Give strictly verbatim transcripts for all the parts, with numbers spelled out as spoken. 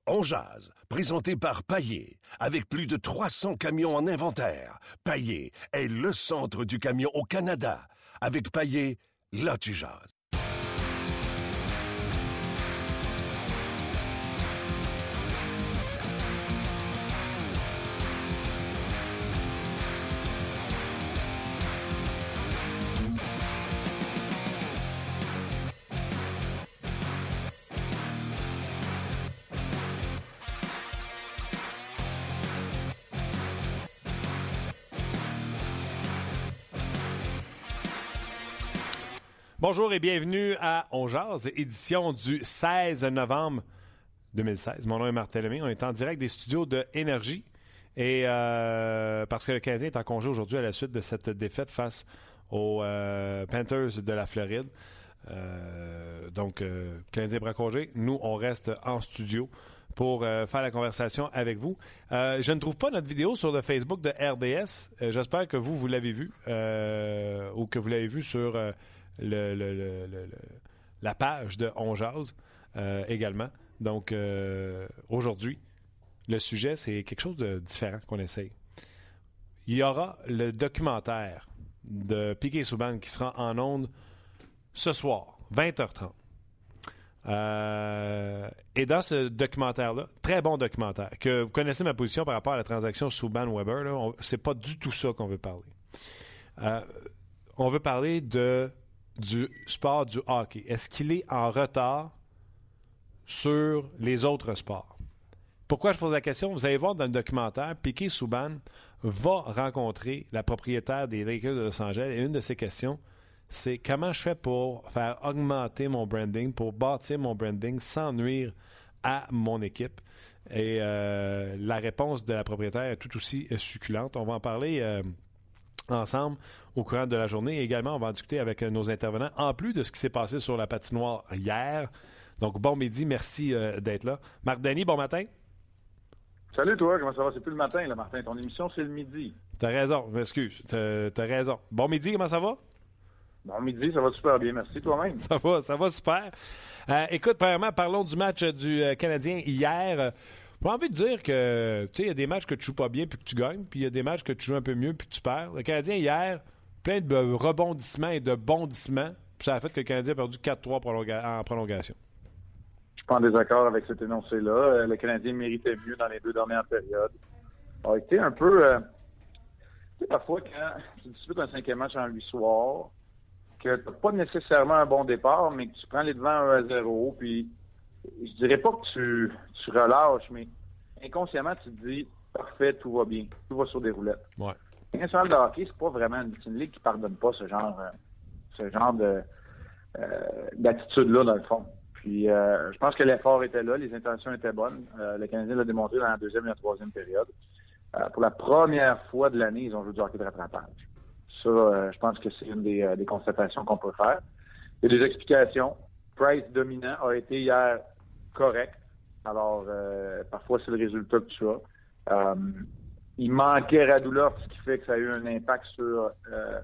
On jase, présenté par Paillé, avec plus de trois cents camions en inventaire. Paillé est le centre du camion au Canada. Avec Paillé, là tu jases. Bonjour et bienvenue à On Jase, édition du seize novembre deux mille seize. Mon nom est Martin Lemay. On est en direct des studios de Énergie. Et euh, parce que le Canadien est en congé aujourd'hui à la suite de cette défaite face aux euh, Panthers de la Floride. Euh, donc, euh, Canadien prend congé. Nous, on reste en studio pour euh, faire la conversation avec vous. Euh, je ne trouve pas notre vidéo sur le Facebook de R D S. Euh, j'espère que vous, vous l'avez vu euh, ou que vous l'avez vu sur... Euh, Le, le, le, le, la page de On Jase euh, également. Donc, euh, aujourd'hui, le sujet, c'est quelque chose de différent qu'on essaye. Il y aura le documentaire de Piquet Souban qui sera en ondes ce soir, vingt heures trente. Euh, et dans ce documentaire-là, très bon documentaire, que vous connaissez ma position par rapport à la transaction Souban-Weber, là, on, c'est pas du tout ça qu'on veut parler. Euh, on veut parler de du sport du hockey. Est-ce qu'il est en retard sur les autres sports? Pourquoi je pose la question? Vous allez voir dans le documentaire, Piquet Souban va rencontrer la propriétaire des Lakers de Los Angeles et une de ses questions, c'est comment je fais pour faire augmenter mon branding, pour bâtir mon branding sans nuire à mon équipe. Et euh, la réponse de la propriétaire est tout aussi succulente. On va en parler... Euh, ensemble au courant de la journée. Et également, on va en discuter avec nos intervenants, en plus de ce qui s'est passé sur la patinoire hier. Donc, bon midi, merci euh, d'être là. Marc Denis, bon matin. Salut toi, comment ça va? C'est plus le matin, là, Martin. Ton émission, c'est le midi. T'as raison, je m'excuse. T'as, t'as raison. Bon midi, comment ça va? Bon midi, ça va super bien. Merci toi-même. Ça va, ça va super. Euh, écoute, premièrement, parlons du match du euh, Canadien hier. J'ai envie de dire que, tu sais, il y a des matchs que tu joues pas bien puis que tu gagnes, puis il y a des matchs que tu joues un peu mieux puis que tu perds. Le Canadien, hier, plein de rebondissements et de bondissements, puis ça a fait que le Canadien a perdu quatre trois prolonga- en prolongation. Je suis pas en désaccord avec cet énoncé-là. Le Canadien méritait mieux dans les deux dernières périodes. A été un peu... Euh, tu sais, parfois, quand tu disputes un cinquième match en huit soirs, que tu n'as pas nécessairement un bon départ, mais que tu prends les devants un à zéro, puis je dirais pas que tu, tu relâches, mais inconsciemment, tu te dis « Parfait, tout va bien. Tout va sur des roulettes. » Ouais. La nationale de hockey, c'est pas vraiment une, une ligue qui pardonne pas ce genre, euh, ce genre de, euh, d'attitude-là, dans le fond. Puis, euh, je pense que l'effort était là, les intentions étaient bonnes. Euh, le Canadien l'a démontré dans la deuxième et la troisième période. Euh, pour la première fois de l'année, ils ont joué du hockey de rattrapage. Ça, euh, je pense que c'est une des, euh, des constatations qu'on peut faire. Il y a des explications. Price dominant a été hier correct. Alors, euh, parfois, c'est le résultat que tu as. Euh, il manquait Radulov, ce qui fait que ça a eu un impact sur, euh,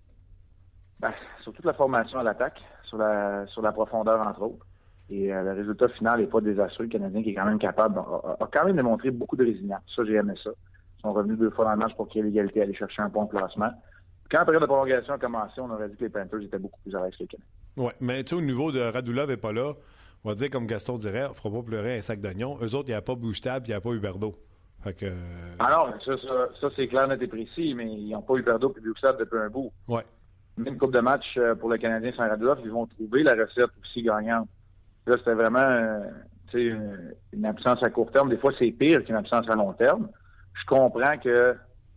ben, sur toute la formation à l'attaque, sur la, sur la profondeur, entre autres. Et euh, le résultat final n'est pas désastreux. Le Canadien, qui est quand même capable, a, a quand même démontré beaucoup de résilience. Ça, j'ai aimé ça. Ils sont revenus deux fois dans le match pour qu'il y ait l'égalité, aller chercher un bon classement. Quand la période de prolongation a commencé, on aurait dit que les Panthers étaient beaucoup plus à l'aise que les Canadiens. Oui, mais tu sais, au niveau de Radulov n'est pas là, on va dire comme Gaston dirait, on ne fera pas pleurer un sac d'oignons. Eux autres, il n'y a pas Bouchtab, il n'y a pas Huberdeau. Fait que... Alors, ça, ça, ça c'est clair, net et précis, mais ils n'ont pas Huberdeau et Bouchtab depuis un bout. Oui. Même coupe de match pour le Canadien sans Radulov, ils vont trouver la recette aussi gagnante. Là, c'était vraiment euh, une, une absence à court terme. Des fois, c'est pire qu'une absence à long terme. Je comprends que,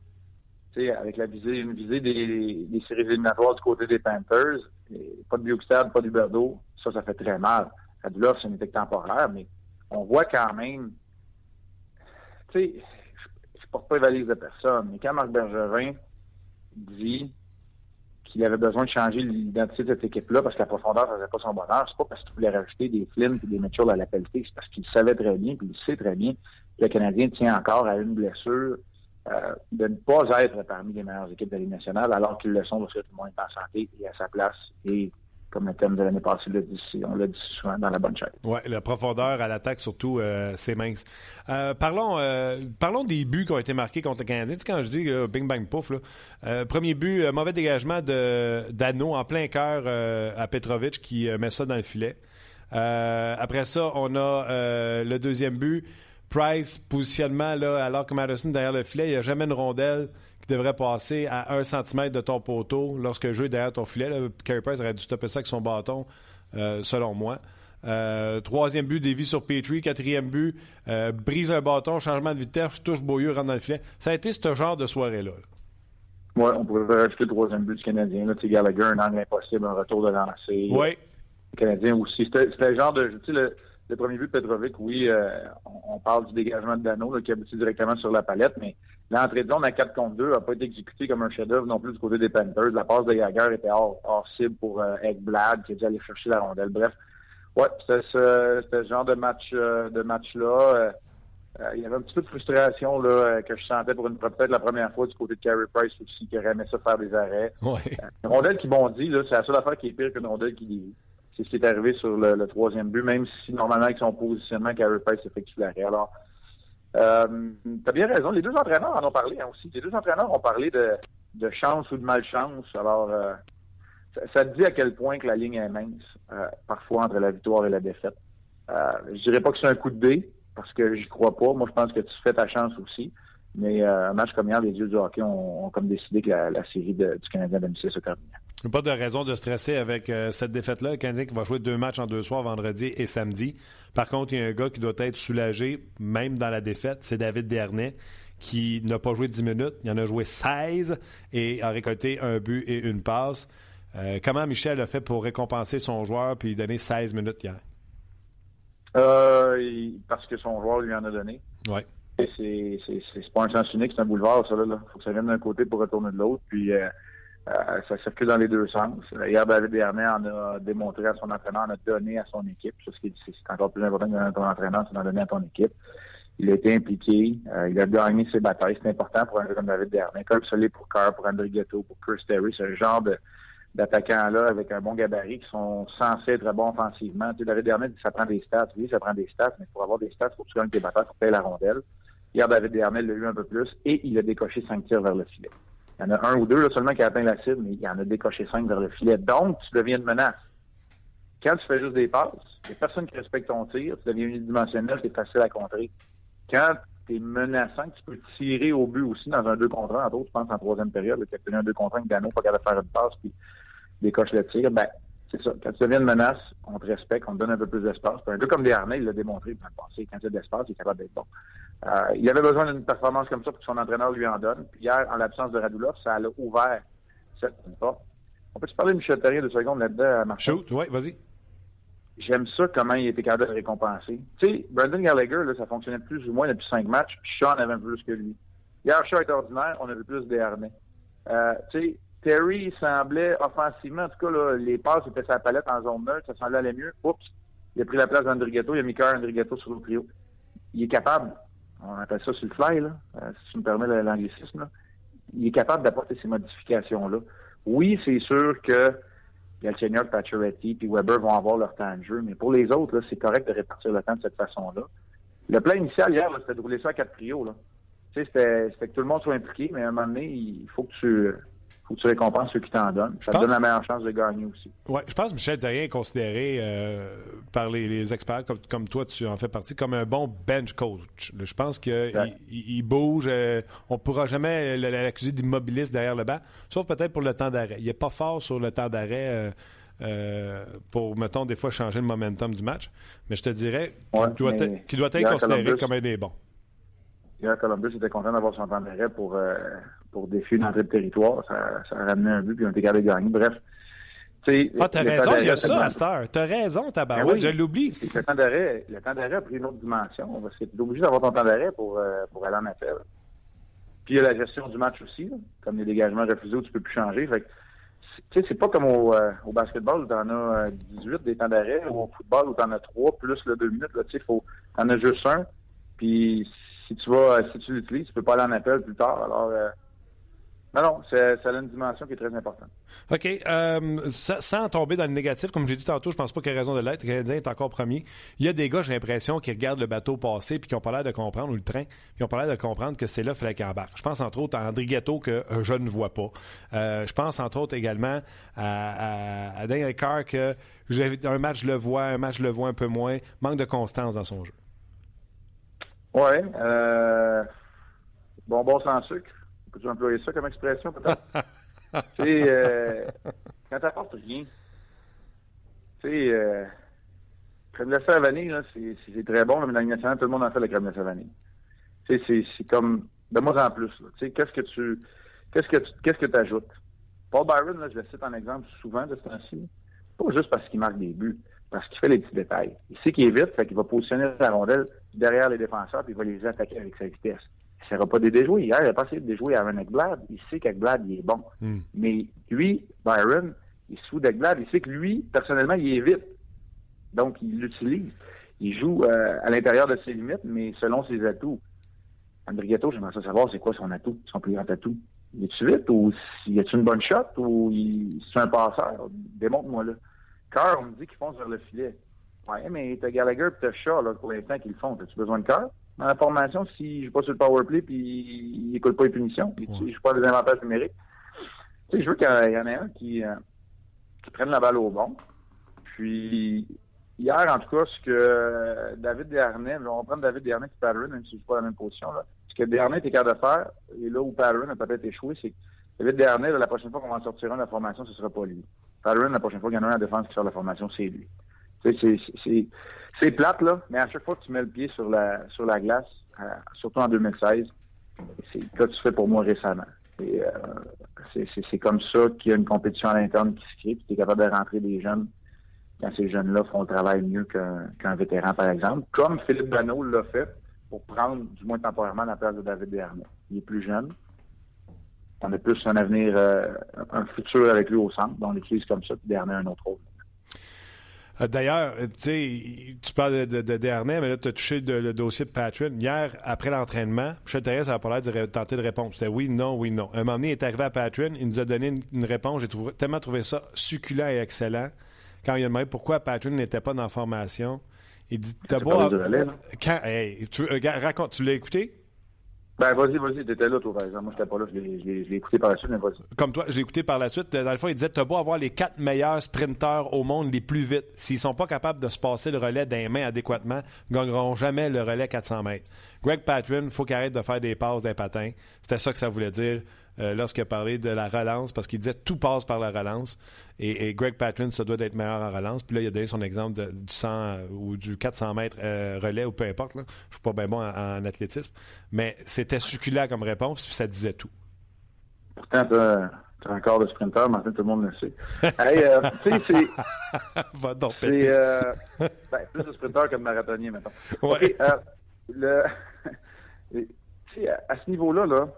avec la visée, une visée des, des séries éliminatoires du côté des Panthers, et pas de Bjugstad, pas d'Huberdeau, ça, ça fait très mal. Radulov, c'est une éthique temporaire, mais on voit quand même, tu sais, je ne porte pas les valises de personne, mais quand Marc Bergevin dit qu'il avait besoin de changer l'identité de cette équipe-là parce que la profondeur ne faisait pas son bonheur, c'est pas parce qu'il voulait rajouter des Flynn et des Mitchell à la pelletée, c'est parce qu'il savait très bien, puis il sait très bien que le Canadien tient encore à une blessure euh, de ne pas être parmi les meilleures équipes de la Ligue nationale, alors qu'ils le sont parce que tout le monde est en santé et à sa place et comme le thème de l'année passée l'a dit, on l'a dit souvent, dans la bonne chaise. Oui, la profondeur à l'attaque, surtout, euh, c'est mince. Euh, parlons, euh, parlons des buts qui ont été marqués contre le Canadien. Tu sais, quand je dis euh, bing, bang, pouf, là, euh, premier but, euh, mauvais dégagement de, d'Anneau en plein cœur euh, à Petrovic qui euh, met ça dans le filet. Euh, après ça, on a euh, le deuxième but. Price, positionnement, là, alors que Madison derrière le filet, il n'y a jamais une rondelle qui devrait passer à un centimètre de ton poteau lorsque le jeu est derrière ton filet. Là, Carey Price aurait dû stopper ça avec son bâton, euh, selon moi. Euh, troisième but, dévie sur Petrie. Quatrième but, euh, brise un bâton, changement de vitesse, touche Beaulieu, rentre dans le filet. Ça a été ce genre de soirée-là. Oui, on pourrait rajouter le troisième but du Canadien. Là, Gallagher, un angle impossible, un retour de lancer. Oui. Le Canadien aussi. C'était, c'était le genre de... Tu sais, le, le premier but de Petrovic, oui, euh, on, on parle du dégagement de Dano là, qui aboutit directement sur la palette, mais l'entrée de zone à quatre contre deux n'a pas été exécutée comme un chef-d'œuvre non plus du côté des Panthers. La passe de Jagger était hors, hors cible pour euh, Ekblad qui a dû aller chercher la rondelle. Bref, ouais, c'était ce, c'était ce genre de match euh, de match-là. Euh, euh, il y avait un petit peu de frustration là, euh, que je sentais pour une peut-être la première fois du côté de Carey Price aussi, qui aurait aimé ça faire des arrêts. Ouais. Euh, une rondelle qui bondit, là, c'est la seule affaire qui est pire qu'une rondelle qui dévie. C'est ce qui est arrivé sur le, le troisième but, même si normalement avec son positionnement, Carey Price effectue l'arrêt. Alors, euh, t'as bien raison. Les deux entraîneurs en ont parlé hein, aussi. Les deux entraîneurs ont parlé de, de chance ou de malchance. Alors, euh, ça, ça te dit à quel point que la ligne est mince, euh, parfois entre la victoire et la défaite. Euh, je dirais pas que c'est un coup de dé, parce que j'y crois pas. Moi, je pense que tu fais ta chance aussi. Mais euh, un match comme hier, les dieux du hockey ont, ont comme décidé que la, la série de, du Canadien de domicile se terminait. Pas de raison de stresser avec euh, cette défaite-là. Le Canadien qui va jouer deux matchs en deux soirs, vendredi et samedi. Par contre, il y a un gars qui doit être soulagé, même dans la défaite, c'est David Desharnais, qui n'a pas joué dix minutes. Il en a joué seize et a récolté un but et une passe. Euh, comment Michel a fait pour récompenser son joueur puis lui donner seize minutes hier? Euh, il, parce que son joueur lui en a donné. Oui. C'est, c'est, c'est, c'est pas un sens unique, c'est un boulevard, ça. Il faut que ça vienne d'un côté pour retourner de l'autre. Puis... Euh, Euh, ça circule dans les deux sens. Hier, David Desharnais en a démontré à son entraîneur, en a donné à son équipe. Ça, c'est, c'est encore plus important que donner à ton entraîneur, c'est d'en donner à ton équipe. Il a été impliqué. Euh, il a gagné ses batailles. C'est important pour un jeu comme David Desharnais. Comme ça l'est pour Carr, pour André Ghetto, pour Chris Terry. C'est le genre de, d'attaquants-là avec un bon gabarit qui sont censés être bons offensivement. Tu sais, David Desharnais dit ça prend des stats. Oui, ça prend des stats, mais pour avoir des stats, il faut que tu gagnes tes batailles, il faut payer la rondelle. Hier, David Desharnais l'a eu un peu plus et il a décoché cinq tirs vers le filet. Il y en a un ou deux là, seulement qui a atteint la cible, mais il en a décoché cinq vers le filet. Donc, tu deviens une menace. Quand tu fais juste des passes, il n'y a personne qui respecte ton tir, tu deviens unidimensionnel, c'est facile à contrer. Quand tu es menaçant, tu peux tirer au but aussi dans un deux contre un. Entre autres, je pense en troisième période, tu as tenu un deux contre un avec Dano, pas capable de faire une passe, puis décoche le tir. Ben, c'est ça. Quand tu deviens une menace, on te respecte, on te donne un peu plus d'espace. Puis un peu comme Desharnais, il l'a démontré dans le passé. Quand il y a de l'espace, il est capable d'être bon. Euh, il avait besoin d'une performance comme ça pour que son entraîneur lui en donne. Puis hier, en l'absence de Radulov, ça l'a ouvert cette porte. On peut-tu parler de Michel Therrien deux secondes là-dedans, Martin? Shoot, oui, vas-y. J'aime ça, comment il était capable de le récompenser. Tu sais, Brendan Gallagher, là, ça fonctionnait plus ou moins depuis cinq matchs, puis Sean avait un peu plus que lui. Hier, Sean est ordinaire, on avait plus de Desharnais. Euh, tu sais, Terry semblait offensivement, en tout cas, là, les passes étaient sa palette en zone neutre, ça semblait aller mieux. Oups, il a pris la place d'André Ghetto, il a mis cœur André Ghetto sur le trio. Il est capable, on appelle ça sur le fly, là, euh, si tu me permets l'anglicisme, là. Il est capable d'apporter ces modifications-là. Oui, c'est sûr que Galchenyuk, Pacioretty puis Weber vont avoir leur temps de jeu, mais pour les autres, là, c'est correct de répartir le temps de cette façon-là. Le plan initial hier, là, c'était de rouler ça à quatre trios. Là. Tu sais, c'était, c'était que tout le monde soit impliqué, mais à un moment donné, il faut que tu, faut que tu récompenses ceux qui t'en donnent. Ça te donne la meilleure chance de gagner aussi. Oui, je pense que Michel Therrien est considéré euh, par les, les experts, comme, comme toi, tu en fais partie, comme un bon bench coach. Je pense qu'il ouais. il, il bouge. Euh, on ne pourra jamais l'accuser d'immobiliste derrière le banc, sauf peut-être pour le temps d'arrêt. Il n'est pas fort sur le temps d'arrêt euh, euh, pour, mettons, des fois changer le momentum du match. Mais je te dirais ouais, qu'il doit, mais... qu'il doit être considéré Columbus, comme un des bons. Hier, Columbus était content d'avoir son temps d'arrêt pour... Euh... pour défier une entrée de territoire, ça, ça a ramené un but, puis on était capable de gagner. Bref. Ah, t'as raison, il y a ça à cette heure. T'as raison, tabarouette, oui, je l'oublie. Le temps d'arrêt, le temps d'arrêt a pris une autre dimension, parce que tu es obligé d'avoir ton temps d'arrêt pour, euh, pour aller en appel. Puis il y a la gestion du match aussi, là. Comme les dégagements refusés où tu peux plus changer. Fait que, tu sais, c'est pas comme au, euh, au basketball où t'en as dix-huit des temps d'arrêt, ou au football où t'en as trois plus le deux minutes, là, tu sais, faut, t'en as juste un, puis si tu vas, si tu l'utilises, tu peux pas aller en appel plus tard, alors, euh, Non, non, c'est, ça a une dimension qui est très importante. OK. Euh, sans tomber dans le négatif, comme j'ai dit tantôt, je pense pas qu'il y a raison de l'être. Le Canadien est encore premier. Il y a des gars, j'ai l'impression, qui regardent le bateau passer puis qui n'ont pas l'air de comprendre, ou le train, puis qui n'ont pas l'air de comprendre que c'est là qu'il fallait qu'il embarque. Je pense entre autres à André Ghetto que euh, je ne vois pas. Euh, je pense entre autres également à, à, à Daniel Carr que j'ai, un match je le vois, un match je le vois un peu moins. Manque de constance dans son jeu. Oui. Euh, bonbon sans sucre. Peux-tu employer ça comme expression, peut-être? Tu sais, euh, quand t'apportes rien, tu sais, euh, crème glacée à vanille, là, c'est, c'est, c'est très bon, mais dans l'Union nationale, tout le monde en fait la crème glacée à vanille. Tu sais, c'est, c'est comme, de moins en plus, là. Tu sais, qu'est-ce que tu, qu'est-ce que tu, qu'est-ce que t'ajoutes? Paul Byron, là, je le cite en exemple souvent de ce temps-ci, pas juste parce qu'il marque des buts, parce qu'il fait les petits détails. Il sait qu'il est vite, fait qu'il va positionner la rondelle derrière les défenseurs, puis il va les attaquer avec sa vitesse. Il ne sera pas de déjouer. Hier, il n'a pas essayé de déjouer Aaron Ekblad. Il sait qu'Ekblad, il est bon. Mm. Mais lui, Byron, il se fout d'Ekblad. Il sait que lui, personnellement, il est vite. Donc, il l'utilise. Il joue euh, à l'intérieur de ses limites, mais selon ses atouts. André Ghetto, j'aimerais ça savoir c'est quoi son atout, son plus grand atout. Il est-tu vite ou y a-tu une bonne shot ou il c'est un passeur? Démontre-moi là. Carr, on me dit qu'ils foncent vers le filet. Ouais, mais t'as Gallagher et t'as Shaw, là, pour l'instant, qu'ils le font. As-tu besoin de Carr? Dans la formation, s'il ne joue pas sur le powerplay puis il n'écoute pas les punitions, il ne joue pas les avantages numériques. Tu sais, je veux qu'il y en ait un qui, euh, qui prenne la balle au bon. Puis, hier, en tout cas, ce que David Desharnais, on va prendre David Desharnais et Patterson, même s'il ne joue pas dans la même position, là. Ce que Desharnais était capable de faire, et là où Patterson a peut-être échoué, c'est que David Desharnais, la prochaine fois qu'on va en sortir un de la formation, ce ne sera pas lui. Patterson, la prochaine fois qu'il y en a un en défense qui sort de la formation, c'est lui. Tu sais, c'est, c'est, c'est plate, là, mais à chaque fois que tu mets le pied sur la sur la glace, euh, surtout en deux mille seize, c'est ce que tu fais pour moi récemment. Et, euh, c'est, c'est, c'est comme ça qu'il y a une compétition à l'interne qui se crée, puis tu es capable de rentrer des jeunes quand ces jeunes-là font le travail mieux qu'un, qu'un vétéran, par exemple, comme Philippe Danault l'a fait pour prendre, du moins temporairement, la place de David Desharnais. Il est plus jeune. On a plus un avenir, euh, un futur avec lui au centre, dans les crises comme ça, puis Desharnais un autre rôle. D'ailleurs, tu sais, tu parles de, de, de Desharnais, mais là, tu as touché le, le dossier de Patterson. Hier, après l'entraînement, Michel Therrien, ça n'a pas l'air de ré- tenter de répondre. C'était oui, non, oui, non. Un moment donné, il est arrivé à Patterson, il nous a donné une, une réponse. J'ai trouvé, tellement trouvé ça succulent et excellent. Quand il a demandé pourquoi Patterson n'était pas dans la formation, il dit t'as beau. À... Quand, hey, tu, euh, raconte, tu l'as écouté? Ben, vas-y, vas-y, t'étais là, toi, par exemple. Moi, j'étais pas là, je l'ai, je l'ai, je l'ai écouté par la suite, mais vas-y. Comme toi, je l'ai écouté par la suite. Dans le fond, il disait, t'as beau avoir les quatre meilleurs sprinteurs au monde les plus vite. S'ils sont pas capables de se passer le relais des mains adéquatement, ils gagneront jamais le relais quatre cents mètres. Greg Patterson, il faut qu'il arrête de faire des passes d'un patin. C'était ça que ça voulait dire euh, lorsqu'il a parlé de la relance, parce qu'il disait tout passe par la relance. Et, et Greg Patterson, ça doit être meilleur en relance. Puis là, il a donné son exemple de, du cent ou du quatre cents mètres euh, relais ou peu importe. Là. Je suis pas bien bon en, en athlétisme. Mais c'était succulent comme réponse, puis ça disait tout. Pourtant, t'as, t'as un corps de sprinter, maintenant tout le monde le sait. Hey, euh, tu sais, c'est... Va donc c'est péter. euh, ben, plus de sprinter que de marathonnier, maintenant. Ouais. Okay, euh, le... tu sais, à, à ce niveau-là, là,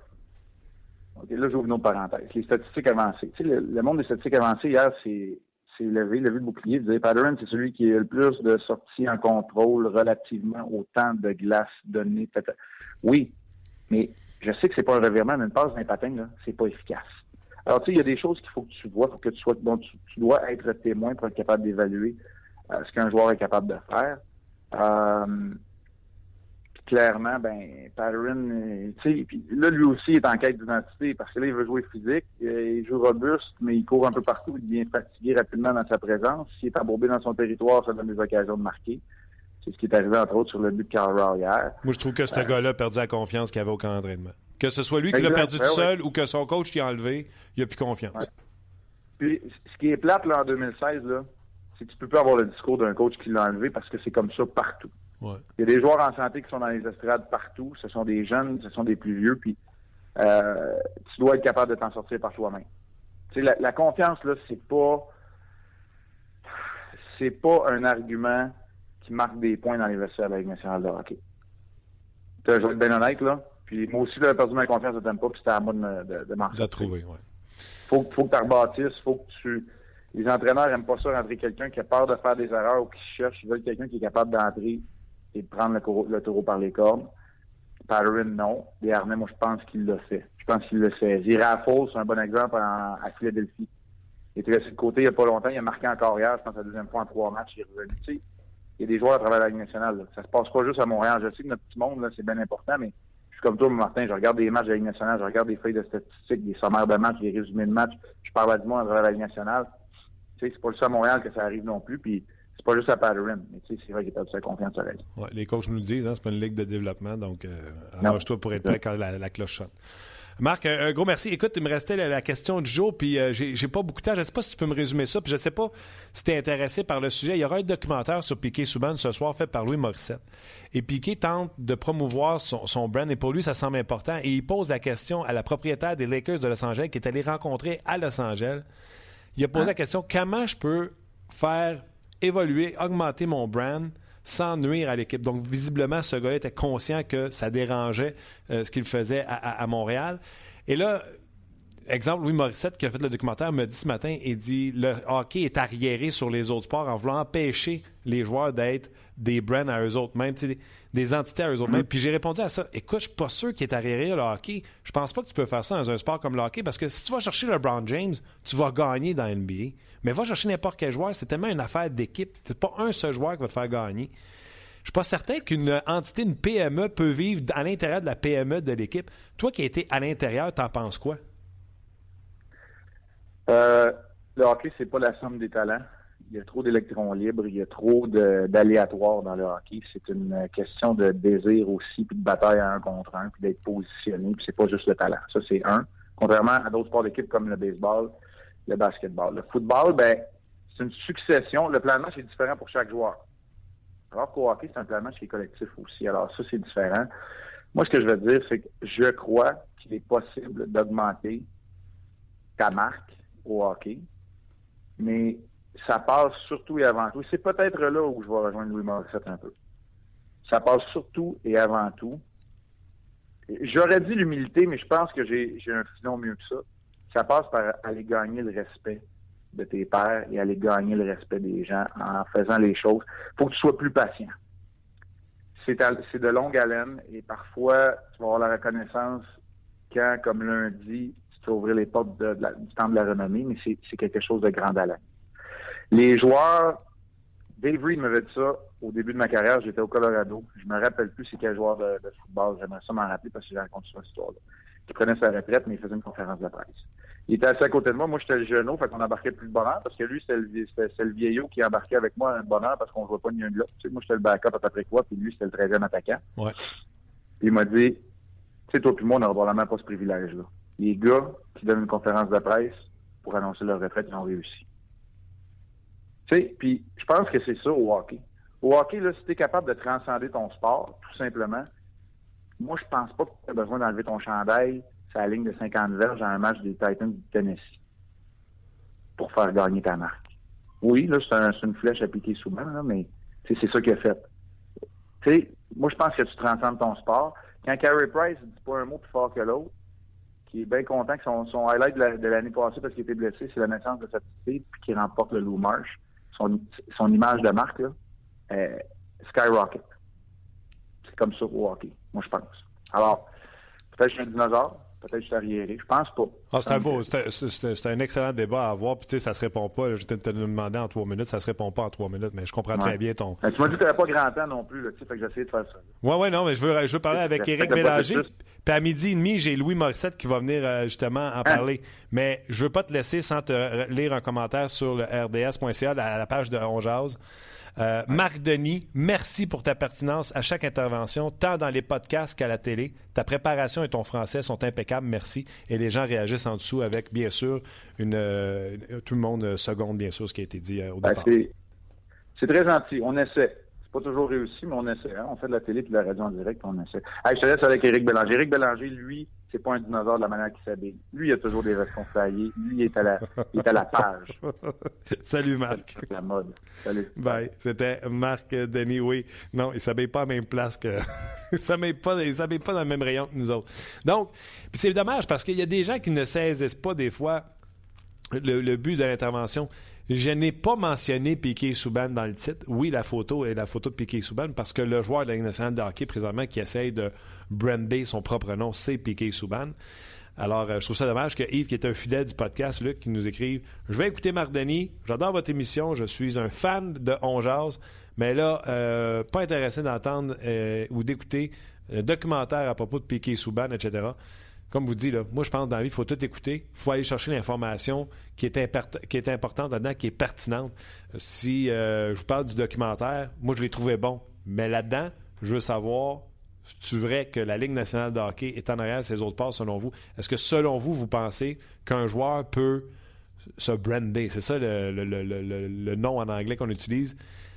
OK, là, j'ouvre une autre parenthèse. Les statistiques avancées. Tu sais, le, le monde des statistiques avancées, hier, c'est, c'est levé, levé le bouclier. Vous Patterson, c'est celui qui a le plus de sorties en contrôle relativement au temps de glace donné. Oui, mais je sais que c'est pas un revirement, mais une passe d'un patin, là, c'est pas efficace. Alors, tu sais, il y a des choses qu'il faut que tu vois, faut que tu sois, dont tu, tu dois être témoin pour être capable d'évaluer euh, ce qu'un joueur est capable de faire. Euh, Clairement, ben, Patterson, euh, tu sais, puis là, lui aussi, il est en quête d'identité parce que là, il veut jouer physique, euh, il joue robuste, mais il court un peu partout, il devient fatigué rapidement dans sa présence. S'il est embourbé dans son territoire, ça donne des occasions de marquer. C'est ce qui est arrivé, entre autres, sur le but de Carl Rowell hier. Moi, je trouve que ce euh, gars-là a perdu la confiance qu'il avait au camp d'entraînement. Que ce soit lui qui exact, l'a perdu ben, tout seul ouais. ou que son coach qui a enlevé, il n'a plus confiance. Ouais. Puis, ce qui est plate, là, en deux mille seize, là, c'est que tu peux pas avoir le discours d'un coach qui l'a enlevé parce que c'est comme ça partout. Ouais. Il y a des joueurs en santé qui sont dans les estrades partout. Ce sont des jeunes, ce sont des plus vieux. Puis euh, tu dois être capable de t'en sortir par toi-même. Tu sais, la, la confiance là, c'est pas, c'est pas un argument qui marque des points dans les vestiaires de la Ligue nationale de hockey. Tu as bien honnête là. Puis moi aussi, j'avais perdu ma confiance de Tampa. Puis c'était à moi de, de, de m'en De trouver, ouais. Faut, faut que tu rebâtisses. Faut que tu. Les entraîneurs n'aiment pas ça rentrer quelqu'un qui a peur de faire des erreurs ou qui cherche. Ils veulent quelqu'un qui est capable d'entrer et de prendre le, coro, le taureau par les cornes. Patterson, non. Desharnais, moi, je pense qu'il l'a fait. Je pense qu'il l'a fait. Zirafoul, c'est un bon exemple en, à Philadelphie. Il était resté de côté il n'y a pas longtemps. Il a marqué encore hier, je pense, la deuxième fois en trois matchs. Il est revenu. Tu sais, il y a des joueurs à travers la Ligue nationale. Là. Ça se passe pas juste à Montréal. Je sais que notre petit monde, là, c'est bien important, mais je suis comme toi, Martin. Je regarde des matchs de la Ligue nationale. Je regarde des feuilles de statistiques, des sommaires de matchs, des résumés de matchs. Je parle à du monde à travers la Ligue nationale. Tu sais, c'est pas juste à Montréal que ça arrive non plus. Puis c'est pas juste à Patterson. Mais tu sais, c'est vrai qu'il a perdu sa confiance à l'aise. Ouais, les coachs nous le disent, hein, c'est pas une ligue de développement. Donc, euh, arrange-toi pour être prêt quand la, la cloche sonne. Marc, un, un gros merci. Écoute, il me restait la, la question du jour, puis euh, j'ai, j'ai pas beaucoup de temps. Je sais pas si tu peux me résumer ça, puis je sais pas si tu es intéressé par le sujet. Il y aura un documentaire sur Piquet Souban ce soir fait par Louis Morissette. Et Piquet tente de promouvoir son, son brand, et pour lui, ça semble important. Et il pose la question à la propriétaire des Lakers de Los Angeles, qui est allée rencontrer à Los Angeles. Il a posé la question, comment je peux faire évoluer, augmenter mon brand sans nuire à l'équipe. Donc, visiblement, ce gars-là était conscient que ça dérangeait euh, ce qu'il faisait à, à, à Montréal. Et là, exemple, Louis Morissette, qui a fait le documentaire, me dit ce matin, il dit, le hockey est arriéré sur les autres sports en voulant empêcher les joueurs d'être des brands à eux autres mêmes, des, des entités à eux autres mêmes. Puis j'ai répondu à ça, écoute, je suis pas sûr qu'il est arriéré le hockey. Je pense pas que tu peux faire ça dans un sport comme le hockey, parce que si tu vas chercher LeBron James, tu vas gagner dans N B A. Mais va chercher n'importe quel joueur, c'est tellement une affaire d'équipe. C'est pas un seul joueur qui va te faire gagner. Je suis pas certain qu'une entité, une P M E, peut vivre à l'intérieur de la P M E de l'équipe. Toi qui as été à l'intérieur, t'en penses quoi? Euh, le hockey, c'est pas la somme des talents. Il y a trop d'électrons libres, il y a trop de, d'aléatoires dans le hockey. C'est une question de désir aussi, puis de bataille à un contre un, puis d'être positionné, puis c'est pas juste le talent. Ça, c'est un. Contrairement à d'autres sports d'équipe comme le baseball, le basketball. Le football, ben, c'est une succession. Le plan de match est différent pour chaque joueur. Alors qu'au hockey, c'est un plan de match qui est collectif aussi. Alors ça, c'est différent. Moi, ce que je veux dire, c'est que je crois qu'il est possible d'augmenter ta marque au hockey, mais ça passe surtout et avant tout. C'est peut-être là où je vais rejoindre Louis Morissette un peu. Ça passe surtout et avant tout. J'aurais dit l'humilité, mais je pense que j'ai, j'ai un filon mieux que ça. Ça passe par aller gagner le respect de tes pairs et aller gagner le respect des gens en faisant les choses. Il faut que tu sois plus patient. C'est, à, c'est de longue haleine et parfois, tu vas avoir la reconnaissance quand, comme lundi, tu vas ouvrir les portes de, de la, du temps de la renommée, mais c'est, c'est quelque chose de grand haleine. Les joueurs, Dave Reed m'avait dit ça au début de ma carrière, j'étais au Colorado. Je me rappelle plus c'est quel joueur de, de football, j'aimerais ça m'en rappeler parce que j'ai raconté cette histoire-là. Il prenait sa retraite, mais il faisait une conférence de presse. Il était assis à côté de moi, moi j'étais le genou, fait qu'on embarquait plus de bonheur, parce que lui, c'était le, c'était, c'était le vieillot qui embarquait avec moi un bonheur parce qu'on ne voit pas ni un de l'autre. Tu sais, moi, j'étais le backup à peu près quoi, puis lui, c'était le treizième attaquant. Ouais. Puis il m'a dit, tu sais, toi puis moi, on n'aura probablement pas ce privilège-là. Les gars qui donnent une conférence de presse pour annoncer leur retraite, ils ont réussi. Tu sais, puis je pense que c'est ça au hockey. Au hockey, là, si tu es capable de transcender ton sport, tout simplement, moi, je pense pas que tu as besoin d'enlever ton chandail sur la ligne de cinquante verges dans un match des Titans du Tennessee pour faire gagner ta marque. Oui, là, c'est, un, c'est une flèche à piquer souvent, là, mais c'est ça qu'il a fait. Tu sais, moi, je pense que tu transcendes ton sport. Quand Carey Price ne dit pas un mot plus fort que l'autre, qui est bien content que son, son highlight de, la, de l'année passée parce qu'il était blessé, c'est la naissance de sa petite puis qui remporte le Lou Marsh. Son, son image de marque, là, euh, skyrocket. C'est comme ça au hockey, moi, je pense. Alors, peut-être que je suis un dinosaure, peut-être que je suis arriéré, je pense pas. Ah, c'est, un beau, c'est, c'est, c'est un excellent débat à avoir, puis tu sais, ça se répond pas. Là, je t'ai demandé en trois minutes, ça se répond pas en trois minutes, mais je comprends ouais. très bien ton... Ben, tu m'as dit que tu n'avais pas grand temps non plus, là, tu sais, fait que j'ai essayé de faire ça. Oui, oui, non, mais je veux, je veux parler avec Éric Bélanger, puis à midi et demi, j'ai Louis Morissette qui va venir euh, justement en hein? parler. Mais je veux pas te laisser sans te lire un commentaire sur le R D S point C A, à la page de On Jase. Euh, Marc Denis, merci pour ta pertinence à chaque intervention, tant dans les podcasts qu'à la télé. Ta préparation et ton français sont impeccables, merci. Et les gens réagissent en dessous avec, bien sûr, une euh, tout le monde seconde, bien sûr, ce qui a été dit euh, au départ. Ben, c'est, c'est très gentil. On essaie. C'est pas toujours réussi, mais on essaie. Hein? On fait de la télé et de la radio en direct, on essaie. Hey, je te laisse avec Éric Bélanger. Éric Bélanger, lui, c'est pas un dinosaure de la manière qu'il s'habille. Lui, il a toujours des vestes flyés. Lui, il est à la, il est à la page. Salut, Marc. C'est la mode. Salut. Bye. C'était Marc Denis, oui. Non, il s'habille pas à la même place que... il s'habille pas, il s'habille pas dans le même rayon que nous autres. Donc, puis c'est dommage parce qu'il y a des gens qui ne saisissent pas des fois le, le but de l'intervention. Je n'ai pas mentionné Piquet Souban dans le titre. Oui, la photo est la photo de Piquet Souban parce que le joueur de la Ligue nationale de hockey présentement qui essaye de brander son propre nom, c'est Piquet Souban. Alors, euh, je trouve ça dommage que Yves, qui est un fidèle du podcast, Luc, qui nous écrive « Je vais écouter Marc Denis, j'adore votre émission, je suis un fan de On Jase, mais là, euh, pas intéressé d'entendre euh, ou d'écouter un documentaire à propos de Piquet Souban, et cetera » Comme vous dites, là, moi, je pense que dans la vie, il faut tout écouter. Il faut aller chercher l'information qui est, impert- qui est importante là-dedans, qui est pertinente. Si euh, je vous parle du documentaire, moi, je l'ai trouvé bon. Mais là-dedans, je veux savoir, c'est vrai que la Ligue nationale de hockey est en arrière de ses autres parts, selon vous? Est-ce que, selon vous, vous pensez qu'un joueur peut se brander? C'est ça le, le, le, le, le nom en anglais qu'on utilise.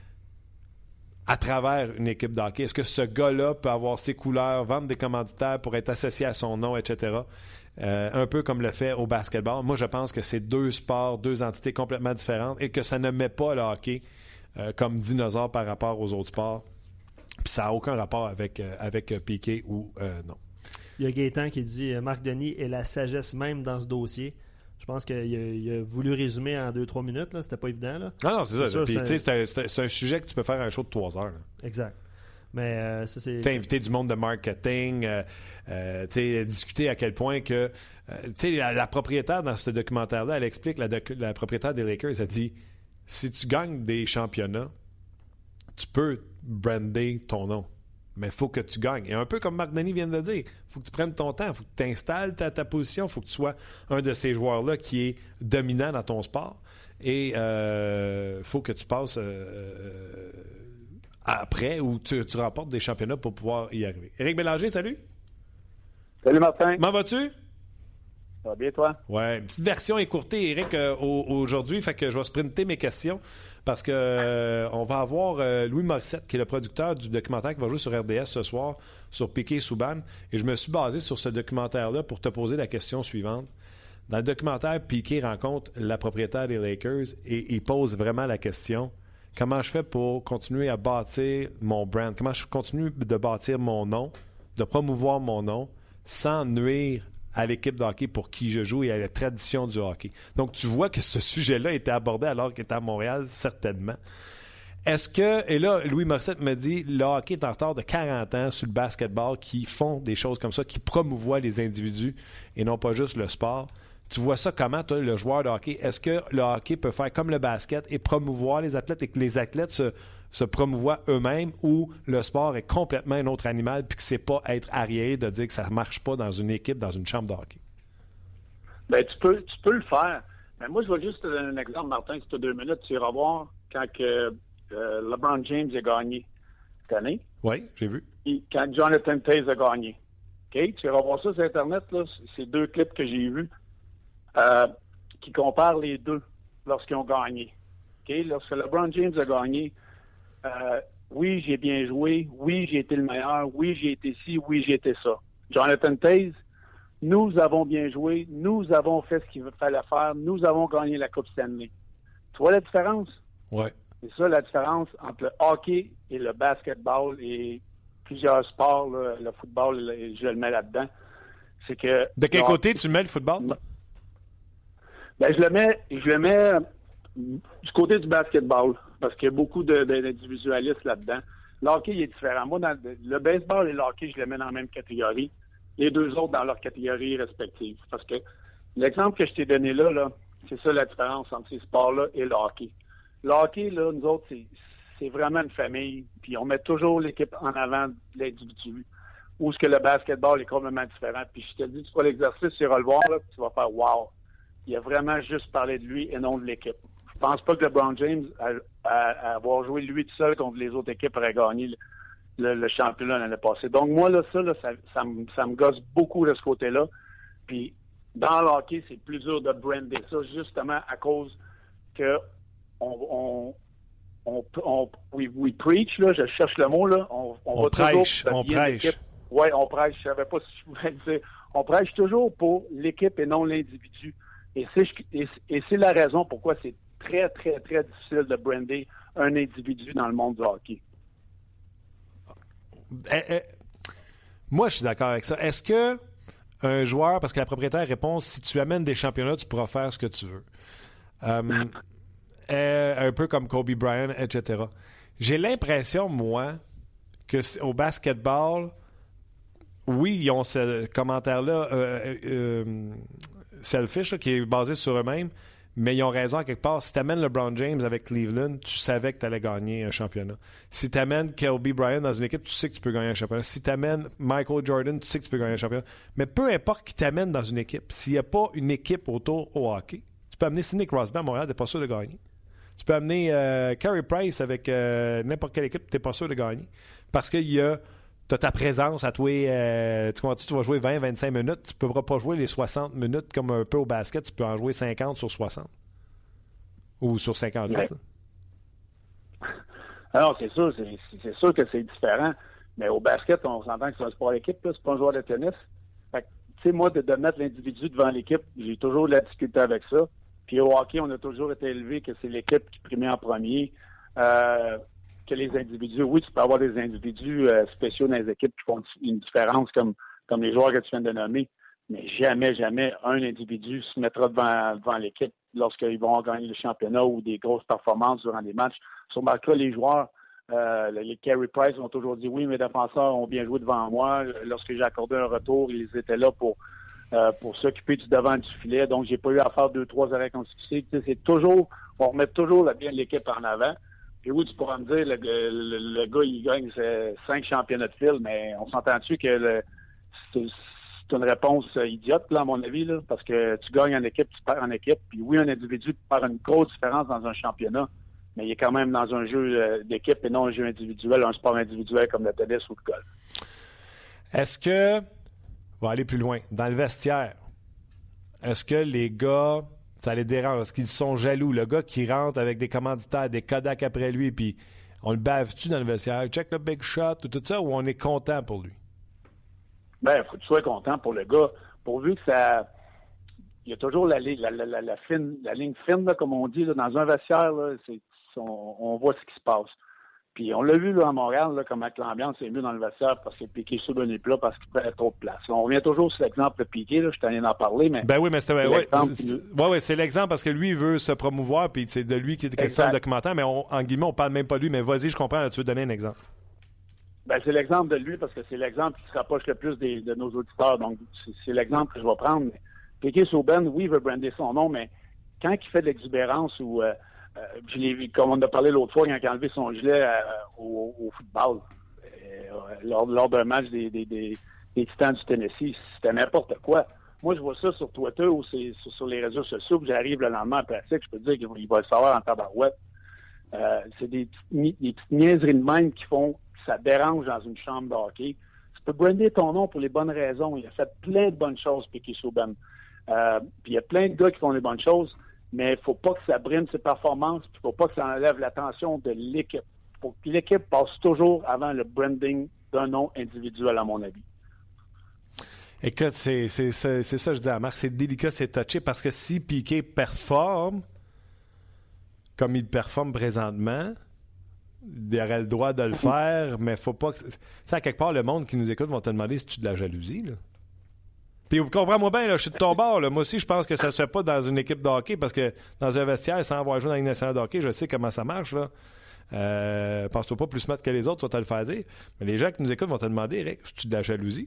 À travers une équipe de hockey. Est-ce que ce gars-là peut avoir ses couleurs, vendre des commanditaires pour être associé à son nom, et cetera? Euh, un peu comme le fait au basketball. Moi, je pense que c'est deux sports, deux entités complètement différentes et que ça ne met pas le hockey euh, comme dinosaure par rapport aux autres sports. Puis ça n'a aucun rapport avec, euh, avec Piquet ou euh, non. Il y a Gaétan qui dit « Marc Denis est la sagesse même dans ce dossier ». Je pense qu'il a, il a voulu résumer en deux trois minutes. Là. C'était pas évident. Là. Non, non, c'est, c'est ça. Sûr, Puis, c'est, un... c'est, un, c'est, un, c'est un sujet que tu peux faire un show de trois heures. Là. Exact. Mais euh, ça, c'est... Tu as invité du monde de marketing, euh, euh, discuter à quel point que... Euh, la, la propriétaire dans ce documentaire-là, elle explique, la, docu- la propriétaire des Lakers, elle dit, si tu gagnes des championnats, tu peux brander ton nom. Mais il faut que tu gagnes. Et un peu comme Marc Denis vient de le dire, il faut que tu prennes ton temps, il faut que tu t'installes ta, ta position, il faut que tu sois un de ces joueurs-là qui est dominant dans ton sport. Et il euh, faut que tu passes euh, après ou tu, tu remportes des championnats pour pouvoir y arriver. Éric Bélanger, salut! Salut Martin! Comment vas-tu? Ça va bien, toi? Ouais, une petite version écourtée, Éric, euh, aujourd'hui, fait que je vais sprinter mes questions. Parce que euh, on va avoir euh, Louis Morissette, qui est le producteur du documentaire qui va jouer sur R D S ce soir, sur Piquet Souban. Et je me suis basé sur ce documentaire-là pour te poser la question suivante. Dans le documentaire, Piquet rencontre la propriétaire des Lakers et il pose vraiment la question, comment je fais pour continuer à bâtir mon brand? Comment je continue de bâtir mon nom, de promouvoir mon nom, sans nuire à l'équipe de hockey pour qui je joue et à la tradition du hockey. Donc, tu vois que ce sujet-là était abordé alors qu'il était à Montréal, certainement. Est-ce que, et là, Louis Morissette me dit, le hockey est en retard de quarante ans sur le basketball qui font des choses comme ça, qui promouvoient les individus et non pas juste le sport. Tu vois ça comment, toi, le joueur de hockey? Est-ce que le hockey peut faire comme le basket et promouvoir les athlètes et que les athlètes se, se promouvoient eux-mêmes ou le sport est complètement un autre animal puis que c'est pas être arriéré de dire que ça marche pas dans une équipe, dans une chambre de hockey? Bien, tu peux, tu peux le faire. Mais moi, je vais juste te donner un exemple, Martin, si tu as deux minutes, tu iras voir quand que, euh, LeBron James a gagné cette année. Oui, j'ai vu. Et quand Jonathan Toews a gagné. OK? Tu iras voir ça sur Internet, là. C'est deux clips que j'ai vus. Euh, qui comparent les deux lorsqu'ils ont gagné. Okay? Lorsque LeBron James a gagné, euh, oui, j'ai bien joué, oui, j'ai été le meilleur, oui, j'ai été ci, oui, j'ai été ça. Jonathan Toews, nous avons bien joué, nous avons fait ce qu'il fallait faire, nous avons gagné la Coupe Stanley. Tu vois la différence? Oui. C'est ça la différence entre le hockey et le basketball et plusieurs sports, là, le football, je le mets là-dedans. C'est que... De quel côté tu mets le football? Ben, je le mets, je le mets du côté du basketball, parce qu'il y a beaucoup de, de, d'individualistes là-dedans. Le hockey, il est différent. Moi, dans le, le baseball et le hockey, je les mets dans la même catégorie. Les deux autres dans leur catégorie respective. Parce que l'exemple que je t'ai donné là, là, c'est ça la différence entre ces sports-là et le hockey. Le hockey, là, nous autres, c'est, c'est vraiment une famille, puis on met toujours l'équipe en avant de l'individu. Ou ce que le basketball est complètement différent. Puis je te dis, tu feras l'exercice, tu iras le voir, là, puis tu vas faire « wow ». Il a vraiment juste parlé de lui et non de l'équipe. Je pense pas que LeBron James, à, à, à avoir joué lui tout seul contre les autres équipes, aurait gagné le, le, le championnat l'année passée. Donc moi, là, ça, là, ça, ça, me, ça me gosse beaucoup de ce côté-là. Puis dans le hockey, c'est plus dur de brander ça, justement à cause que on, on, on, on we, we preach, là, je cherche le mot, là. On, on, on va prêche, toujours on prêche. Oui, on prêche, je savais pas si je voulais le dire. On prêche toujours pour l'équipe et non l'individu. Et c'est, et, et c'est la raison pourquoi c'est très, très, très difficile de brander un individu dans le monde du hockey. Eh, eh, moi, je suis d'accord avec ça. Est-ce que un joueur, parce que la propriétaire répond, si tu amènes des championnats, tu pourras faire ce que tu veux. Euh, euh, un peu comme Kobe Bryant, et cetera. J'ai l'impression, moi, que au basketball, oui, ils ont ce commentaire-là euh, euh, selfish, là, qui est basé sur eux-mêmes, mais ils ont raison à quelque part. Si tu amènes LeBron James avec Cleveland, tu savais que tu allais gagner un championnat. Si tu amènes Kobe Bryant dans une équipe, tu sais que tu peux gagner un championnat. Si tu amènes Michael Jordan, tu sais que tu peux gagner un championnat. Mais peu importe qui t'amène dans une équipe, s'il n'y a pas une équipe autour au hockey, tu peux amener Sidney Crosby à Montréal, tu n'es pas sûr de gagner. Tu peux amener euh, Carey Price avec euh, n'importe quelle équipe, tu n'es pas sûr de gagner. Parce qu'il y a tu as ta présence à toi, euh, tu, tu vas jouer vingt à vingt-cinq minutes, tu ne pourras pas jouer les soixante minutes comme un peu au basket, tu peux en jouer cinquante sur soixante. Ou sur cinquante-huit. Ouais. Alors, c'est sûr, c'est, c'est sûr que c'est différent. Mais au basket, on s'entend que c'est un sport d'équipe, là, c'est pas un joueur de tennis. Fait que, tu sais, moi, de, de mettre l'individu devant l'équipe, j'ai toujours de la difficulté avec ça. Puis au hockey, on a toujours été élevé que c'est l'équipe qui primait en premier. Euh, que les individus, oui, tu peux avoir des individus euh, spéciaux dans les équipes qui font une différence comme, comme les joueurs que tu viens de nommer, mais jamais, jamais un individu se mettra devant, devant l'équipe lorsqu'ils vont gagner le championnat ou des grosses performances durant des matchs. Sur le cas, les joueurs, euh, les Carey Price ont toujours dit oui, mes défenseurs ont bien joué devant moi. Lorsque j'ai accordé un retour, ils étaient là pour, euh, pour s'occuper du devant du filet, donc j'ai pas eu à faire deux, trois arrêts consécutifs. Tu sais, c'est toujours, on remet toujours là, bien l'équipe en avant. Puis oui, tu pourras me dire, le, le, le gars, il gagne cinq championnats de fil, mais on s'entend-tu que le, c'est, c'est une réponse idiote, là, à mon avis, là, parce que tu gagnes en équipe, tu perds en équipe. Puis oui, un individu peut faire une grosse différence dans un championnat, mais il est quand même dans un jeu d'équipe et non un jeu individuel, un sport individuel comme le tennis ou le golf. Est-ce que, on va aller plus loin, dans le vestiaire, est-ce que les gars... ça les dérange. Est-ce qu'ils sont jaloux? Le gars qui rentre avec des commanditaires, des Kodak après lui, puis on le bave-tu dans le vestiaire? Check le big shot ou tout ça, ou on est content pour lui? Ben, il faut que tu sois content pour le gars. Pourvu que ça... Il y a toujours la, la, la, la, la, fine, la ligne fine, là, comme on dit, là, dans un vestiaire, là, c'est, on, on voit ce qui se passe. Puis on l'a vu là, à Montréal, là, comment l'ambiance est mieux dans le vestiaire parce que Piqué sur le plat parce qu'il prenait trop de place. On revient toujours sur l'exemple de Piqué, là, je t'en ai d'en parler, mais... Ben oui, mais c'est, c'est, ouais, l'exemple, c'est, ouais, ouais, c'est l'exemple parce que lui, il veut se promouvoir, puis c'est de lui qui est question de documentaire, mais on, en guillemets, on parle même pas de lui, mais vas-y, je comprends, là, tu veux donner un exemple. Ben, c'est l'exemple de lui parce que c'est l'exemple qui se rapproche le plus des, de nos auditeurs, donc c'est, c'est l'exemple que je vais prendre. Piqué Souben, oui, il veut brander son nom, mais quand il fait de l'exubérance ou... Euh, Euh, je l'ai vu, comme on a parlé l'autre fois, quand il a enlevé son gilet euh, au, au football, euh, lors, lors d'un match des, des, des, des Titans du Tennessee, c'était n'importe quoi. Moi, je vois ça sur Twitter ou c'est, sur, sur les réseaux sociaux, puis j'arrive le lendemain en pratique, je peux te dire qu'il va le savoir en tabarouette. Euh, c'est des, des petites niaiseries de même qui font que ça dérange dans une chambre de hockey. Tu peux brander ton nom pour les bonnes raisons. Il a fait plein de bonnes choses, Piqué Souben. Euh, puis il y a plein de gars qui font des bonnes choses. Mais il ne faut pas que ça brime ses performances, il ne faut pas que ça enlève l'attention de l'équipe. Il faut que l'équipe passe toujours avant le branding d'un nom individuel, à mon avis. Écoute, c'est, c'est, c'est, c'est ça que je dis à Marc, c'est délicat, c'est touché, parce que si Piqué performe comme il performe présentement, il aurait le droit de le faire, mais il ne faut pas que... Tu sais, à quelque part, le monde qui nous écoute va te demander si tu as de la jalousie, là. Puis vous comprenez moi bien, là, je suis de ton bord. Là. Moi aussi, je pense que ça ne se fait pas dans une équipe de hockey parce que dans un vestiaire, sans avoir joué dans la Ligue nationale de hockey, je sais comment ça marche. Là. Euh, pense-toi pas plus smart que les autres, tu vas te le faire dire. Mais les gens qui nous écoutent vont te demander, Eric, as-tu de la jalousie?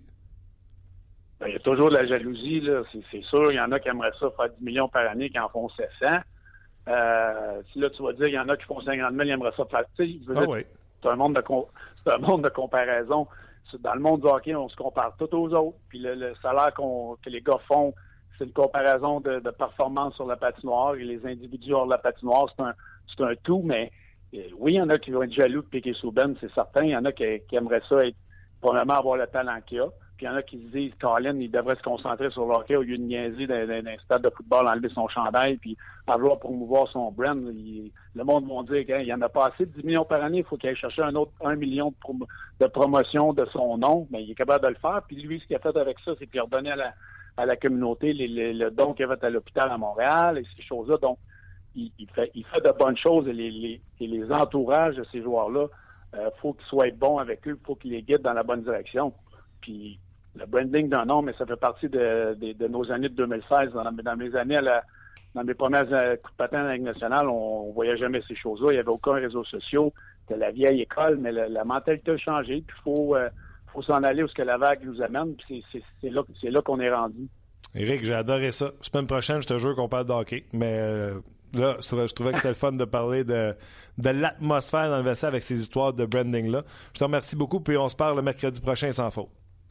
Il y a toujours de la jalousie, là. C'est, c'est sûr. Il y en a qui aimeraient ça faire dix millions par année, qui en font sept cents. Euh, là, tu vas dire, il y en a qui font cinquante mille, ils aimeraient ça faire. Tu sais, ah oui. c'est, un monde de com- c'est un monde de comparaison. Dans le monde du hockey, on se compare tout aux autres. Puis le, le salaire qu'on, que les gars font, c'est une comparaison de, de performance sur la patinoire. Et les individus hors de la patinoire, c'est un, c'est un tout. Mais euh, oui, il y en a qui vont être jaloux de Piqué Souben, c'est certain. Il y en a qui, qui aimeraient ça être, probablement avoir le talent qu'il a. Puis il y en a qui se disent, Colin, il devrait se concentrer sur le hockey au lieu de niaiser dans, dans, dans un stade de football, enlever son chandail, puis avoir promouvoir son brand. Il, le monde va dire qu'il n'y en a pas assez de dix millions par année, il faut qu'il aille chercher un autre un million de, prom- de promotion de son nom. Mais il est capable de le faire. Puis lui, ce qu'il a fait avec ça, c'est qu'il a redonné à la, à la communauté les, les, le don qu'il a fait à l'hôpital à Montréal et ces choses-là. Donc, il, il, fait, il fait de bonnes choses et les, les, et les entourages de ces joueurs-là, il euh, faut qu'ils soient bons avec eux, il faut qu'ils les guident dans la bonne direction. Puis le branding d'un nom, mais ça fait partie de, de, de nos années de deux mille seize. Dans, dans mes années à la, dans mes premiers euh, coups de patin dans la Ligue nationale, on, on voyait jamais ces choses-là. Il n'y avait aucun réseau social. C'était la vieille école, mais la, la mentalité a changé. Puis il faut, euh, faut s'en aller où ce que la vague nous amène. Puis c'est, c'est, c'est là, c'est là qu'on est rendu. Éric, j'ai adoré ça. Semaine prochaine, je te jure qu'on parle de hockey. Mais euh, là, je trouvais, je trouvais que c'était le fun de parler de, de l'atmosphère dans le vestiaire avec ces histoires de branding-là. Je te remercie beaucoup, puis on se parle le mercredi prochain sans faute.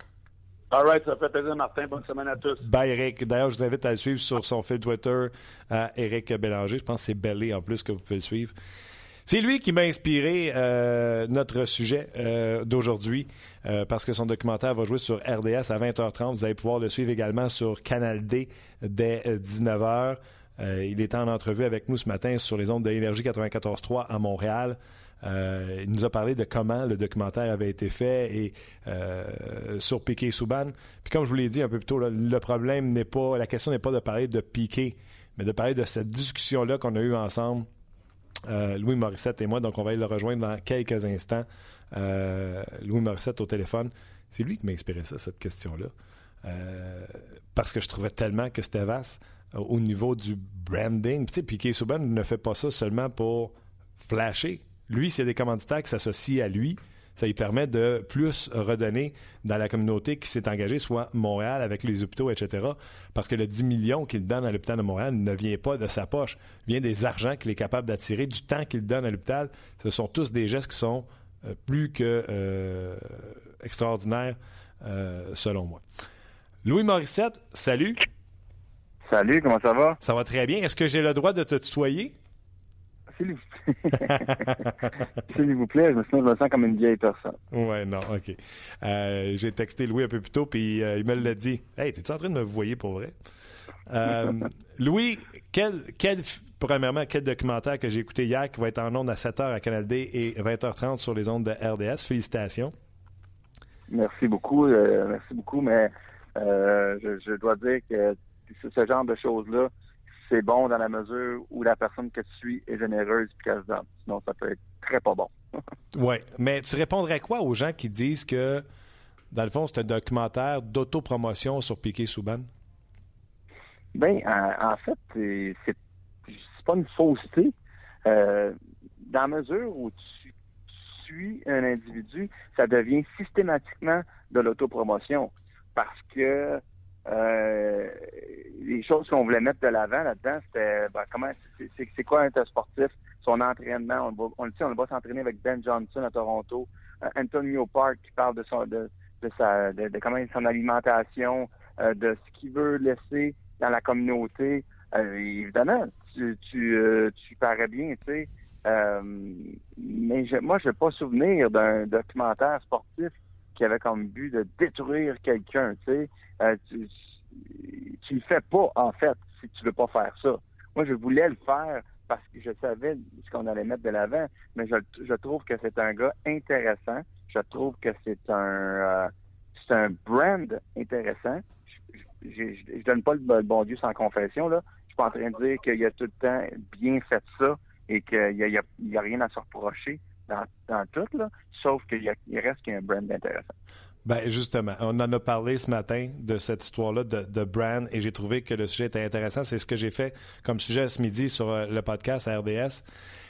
All right, ça fait plaisir, Martin. Bonne semaine à tous. Bye, Éric. D'ailleurs, je vous invite à le suivre sur son fil Twitter, à Éric Bélanger. Je pense que c'est Bellé en plus que vous pouvez le suivre. C'est lui qui m'a inspiré euh, notre sujet euh, d'aujourd'hui euh, parce que son documentaire va jouer sur R D S à vingt heures trente. Vous allez pouvoir le suivre également sur Canal D dès dix-neuf heures. Euh, il est en entrevue avec nous ce matin sur les ondes de Énergie quatre-vingt-quatorze trois à Montréal. Euh, il nous a parlé de comment le documentaire avait été fait et euh, sur Piquet Souban. Puis comme je vous l'ai dit un peu plus tôt, là, le problème n'est pas, la question n'est pas de parler de Piquet, mais de parler de cette discussion-là qu'on a eue ensemble. Euh, Louis Morissette et moi, donc on va aller le rejoindre dans quelques instants. Euh, Louis Morissette au téléphone. C'est lui qui m'a inspiré ça, cette question-là. Euh, parce que je trouvais tellement que c'était vaste euh, au niveau du branding. Tu sais, Piquet Souban ne fait pas ça seulement pour flasher. Lui, s'il y a des commanditaires qui s'associent à lui, ça lui permet de plus redonner dans la communauté qui s'est engagée, soit Montréal avec les hôpitaux, et cetera. Parce que le dix millions qu'il donne à l'hôpital de Montréal ne vient pas de sa poche, vient des argents qu'il est capable d'attirer, du temps qu'il donne à l'hôpital. Ce sont tous des gestes qui sont euh, plus que euh, extraordinaires, euh, selon moi. Louis Morissette, salut. Salut, comment ça va? Ça va très bien. Est-ce que j'ai le droit de te tutoyer? S'il vous... S'il vous plaît, je me, sens, je me sens comme une vieille personne. Ouais, non, OK. Euh, j'ai texté Louis un peu plus tôt, puis euh, il me l'a dit. Hey, t'es-tu en train de me voyer pour vrai? Euh, Louis, quel, quel, premièrement, quel documentaire que j'ai écouté hier qui va être en ondes à sept heures à Canal D et vingt heures trente sur les ondes de R D S. Félicitations. Merci beaucoup, euh, merci beaucoup, mais euh, je, je dois dire que ce genre de choses-là, c'est bon dans la mesure où la personne que tu suis est généreuse et qu'elle se donne. Sinon, ça peut être très pas bon. Oui, mais tu répondrais quoi aux gens qui disent que, dans le fond, c'est un documentaire d'autopromotion sur Piquet Souban? Bien, en, en fait, c'est, c'est, c'est pas une fausseté. Euh, dans la mesure où tu suis un individu, ça devient systématiquement de l'autopromotion. Parce que Euh, les choses qu'on voulait mettre de l'avant là-dedans, c'était ben, comment c'est, c'est, c'est quoi un sportif, son entraînement, on, va, on le sait, on va s'entraîner avec Ben Johnson à Toronto, euh, Antonio Park qui parle de son de, de sa de, de comment son alimentation, euh, de ce qu'il veut laisser dans la communauté. Euh, évidemment, tu tu, euh, tu parais bien, tu sais. Euh, mais je, moi, je n'ai pas souvenir d'un documentaire sportif qui avait comme but de détruire quelqu'un, tu sais. Euh, tu, tu le fais pas, en fait, si tu veux pas faire ça. Moi, je voulais le faire parce que je savais ce qu'on allait mettre de l'avant, mais je, je trouve que c'est un gars intéressant. Je trouve que c'est un euh, c'est un brand intéressant. Je, je, je, je donne pas le, le bon Dieu sans confession, là. Je suis pas en train de dire qu'il a tout le temps bien fait ça et qu'il y a, il y a, il y a rien à se reprocher dans, dans tout, là, sauf qu'il y a, il reste qu'il y a un brand intéressant. Ben justement, on en a parlé ce matin de cette histoire-là de, de brand et j'ai trouvé que le sujet était intéressant. C'est ce que j'ai fait comme sujet ce midi sur le podcast à R D S.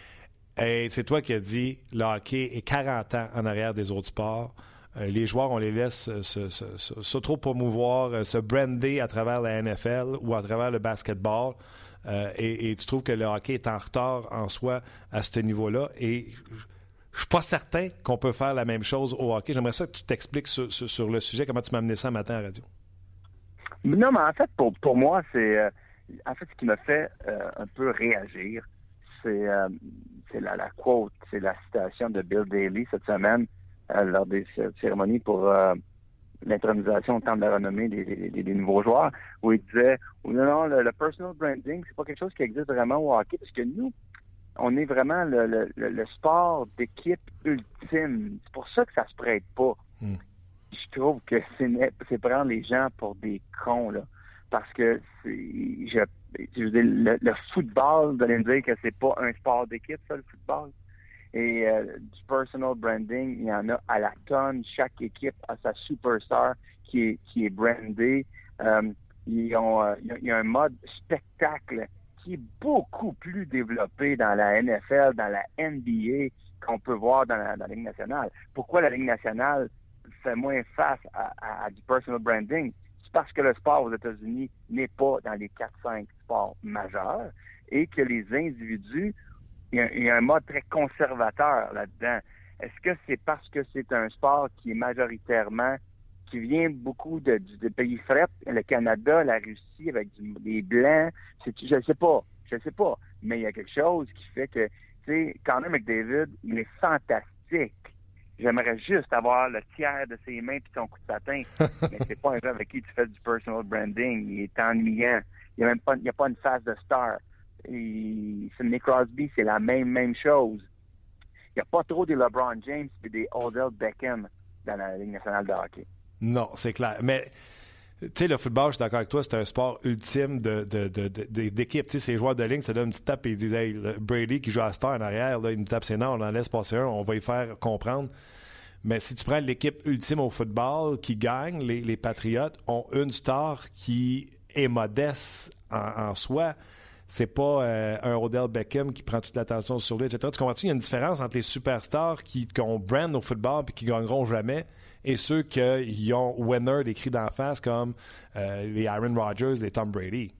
Et c'est toi qui as dit le hockey est quarante ans en arrière des autres sports. Euh, les joueurs, on les laisse se, se, se, se trop promouvoir, se brander à travers la N F L ou à travers le basketball. Euh, et, et tu trouves que le hockey est en retard en soi à ce niveau-là. Et je suis pas certain qu'on peut faire la même chose au hockey. J'aimerais ça que tu t'expliques sur, sur, sur le sujet, comment tu m'as amené ça un matin à la radio. Non, mais en fait, pour, pour moi, c'est euh, en fait ce qui me fait euh, un peu réagir, c'est, euh, c'est la, la quote, c'est la citation de Bill Daly cette semaine euh, lors des cérémonies pour euh, l'intronisation au temps de la renommée des, des, des nouveaux joueurs, où il disait oh, non, non, le, le personal branding, c'est pas quelque chose qui existe vraiment au hockey, parce que nous, on est vraiment le, le, le sport d'équipe ultime. C'est pour ça que ça se prête pas. Mm. Je trouve que c'est, c'est prendre les gens pour des cons, là. Parce que c'est, je, je veux dire, le, le football, vous allez me dire que c'est pas un sport d'équipe, ça, le football. Et euh, du personal branding, il y en a à la tonne. Chaque équipe a sa superstar qui est, qui est brandée. Euh, ils ont, euh, il y a un mode spectacle qui est beaucoup plus développé dans la N F L, dans la N B A, qu'on peut voir dans la, dans la Ligue nationale. Pourquoi la Ligue nationale fait moins face à, à, à du personal branding? C'est parce que le sport aux États-Unis n'est pas dans les quatre cinq sports majeurs et que les individus, il y a, il y a un mode très conservateur là-dedans. Est-ce que c'est parce que c'est un sport qui est majoritairement, qui vient beaucoup de, de, de pays frais, le Canada, la Russie, avec du, des Blancs, c'est, je ne sais pas, je ne sais pas, mais il y a quelque chose qui fait que, tu sais, Connor McDavid, il est fantastique. J'aimerais juste avoir le tiers de ses mains puis son coup de patin, mais c'est pas un gars avec qui tu fais du personal branding. Il est ennuyant. Il n'y a même pas, il y a pas une face de star. Et Sidney Crosby, c'est la même, même chose. Il n'y a pas trop des LeBron James et des Odell Beckham dans la Ligue nationale de hockey. Non, c'est clair. Mais, tu sais, le football, je suis d'accord avec toi, c'est un sport ultime de, de, de, de, d'équipe. Tu sais, ces joueurs de ligne, ça donne une petite tape et ils disent, hey, Brady qui joue à Star en arrière, là, il nous tape ses nerfs, on en laisse passer un, on va y faire comprendre. Mais si tu prends l'équipe ultime au football qui gagne, les, les Patriotes ont une star qui est modeste en, en soi. C'est pas euh, un Odell Beckham qui prend toute l'attention sur lui, et cetera. Tu comprends-tu? Il y a une différence entre les superstars qui, qui ont brand au football et qui gagneront jamais et ceux qui ont winner des cris d'en face comme euh, les Aaron Rodgers, les Tom Brady.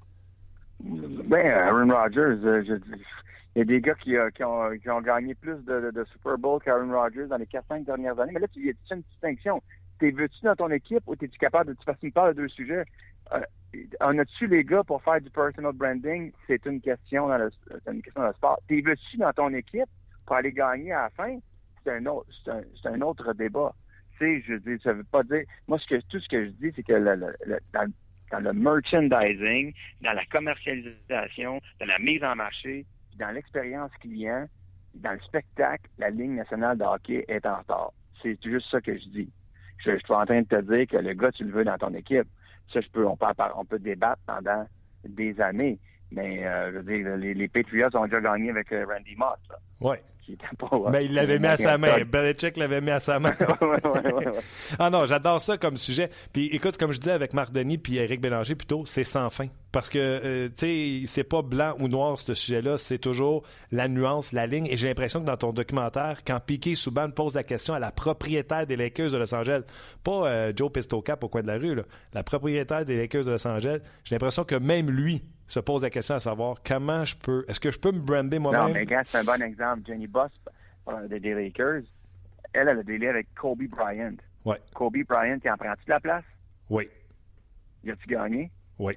Ben, Aaron Rodgers, euh, je dis, il y a des gars qui, euh, qui, ont, qui ont gagné plus de, de, de Super Bowl qu'Aaron Rodgers dans les quatre cinq dernières années. Mais là, tu y a une distinction. T'es veux-tu dans ton équipe ou t'es-tu capable de... Tu fasses une part de deux sujets. Euh, on a-tu les gars pour faire du personal branding? C'est une question dans le, c'est une question dans le sport. T'es veux-tu dans ton équipe pour aller gagner à la fin? C'est un autre, c'est un, c'est un autre débat. Tu sais, je dis, ça veut pas dire... Moi, ce que, tout ce que je dis, c'est que le, le, le, dans, dans le merchandising, dans la commercialisation, dans la mise en marché, dans l'expérience client, dans le spectacle, la Ligue nationale de hockey est en retard. C'est juste ça que je dis. Je, je suis en train de te dire que le gars, tu le veux dans ton équipe. Ça, je peux, on peut, on peut débattre pendant des années. Mais, euh, je veux dire, les, les Patriots ont déjà gagné avec euh, Randy Moss. Oui. Pas, ouais, mais il l'avait mis à sa main. Belichick l'avait mis à sa main. ouais, ouais, ouais, ouais. Ah non, j'adore ça comme sujet. Puis écoute, comme je disais avec Marc Denis puis Éric Bélanger plutôt, c'est sans fin. Parce que, euh, tu sais, c'est pas blanc ou noir ce sujet-là, c'est toujours la nuance, la ligne. Et j'ai l'impression que dans ton documentaire, quand Piquet Souban pose la question à la propriétaire des Lakers de Los Angeles, pas euh, Joe Pistocap au coin de la rue, là, la propriétaire des Lakers de Los Angeles, j'ai l'impression que même lui se pose la question à savoir comment je peux, est-ce que je peux me brander moi-même? Non, mais gars, c'est un bon exemple. Jenny Buss, euh, des, des Lakers, elle, elle a des liens avec Kobe Bryant. Ouais. Kobe Bryant, il en prend-tu de la place? Oui. Y a-tu gagné? Oui.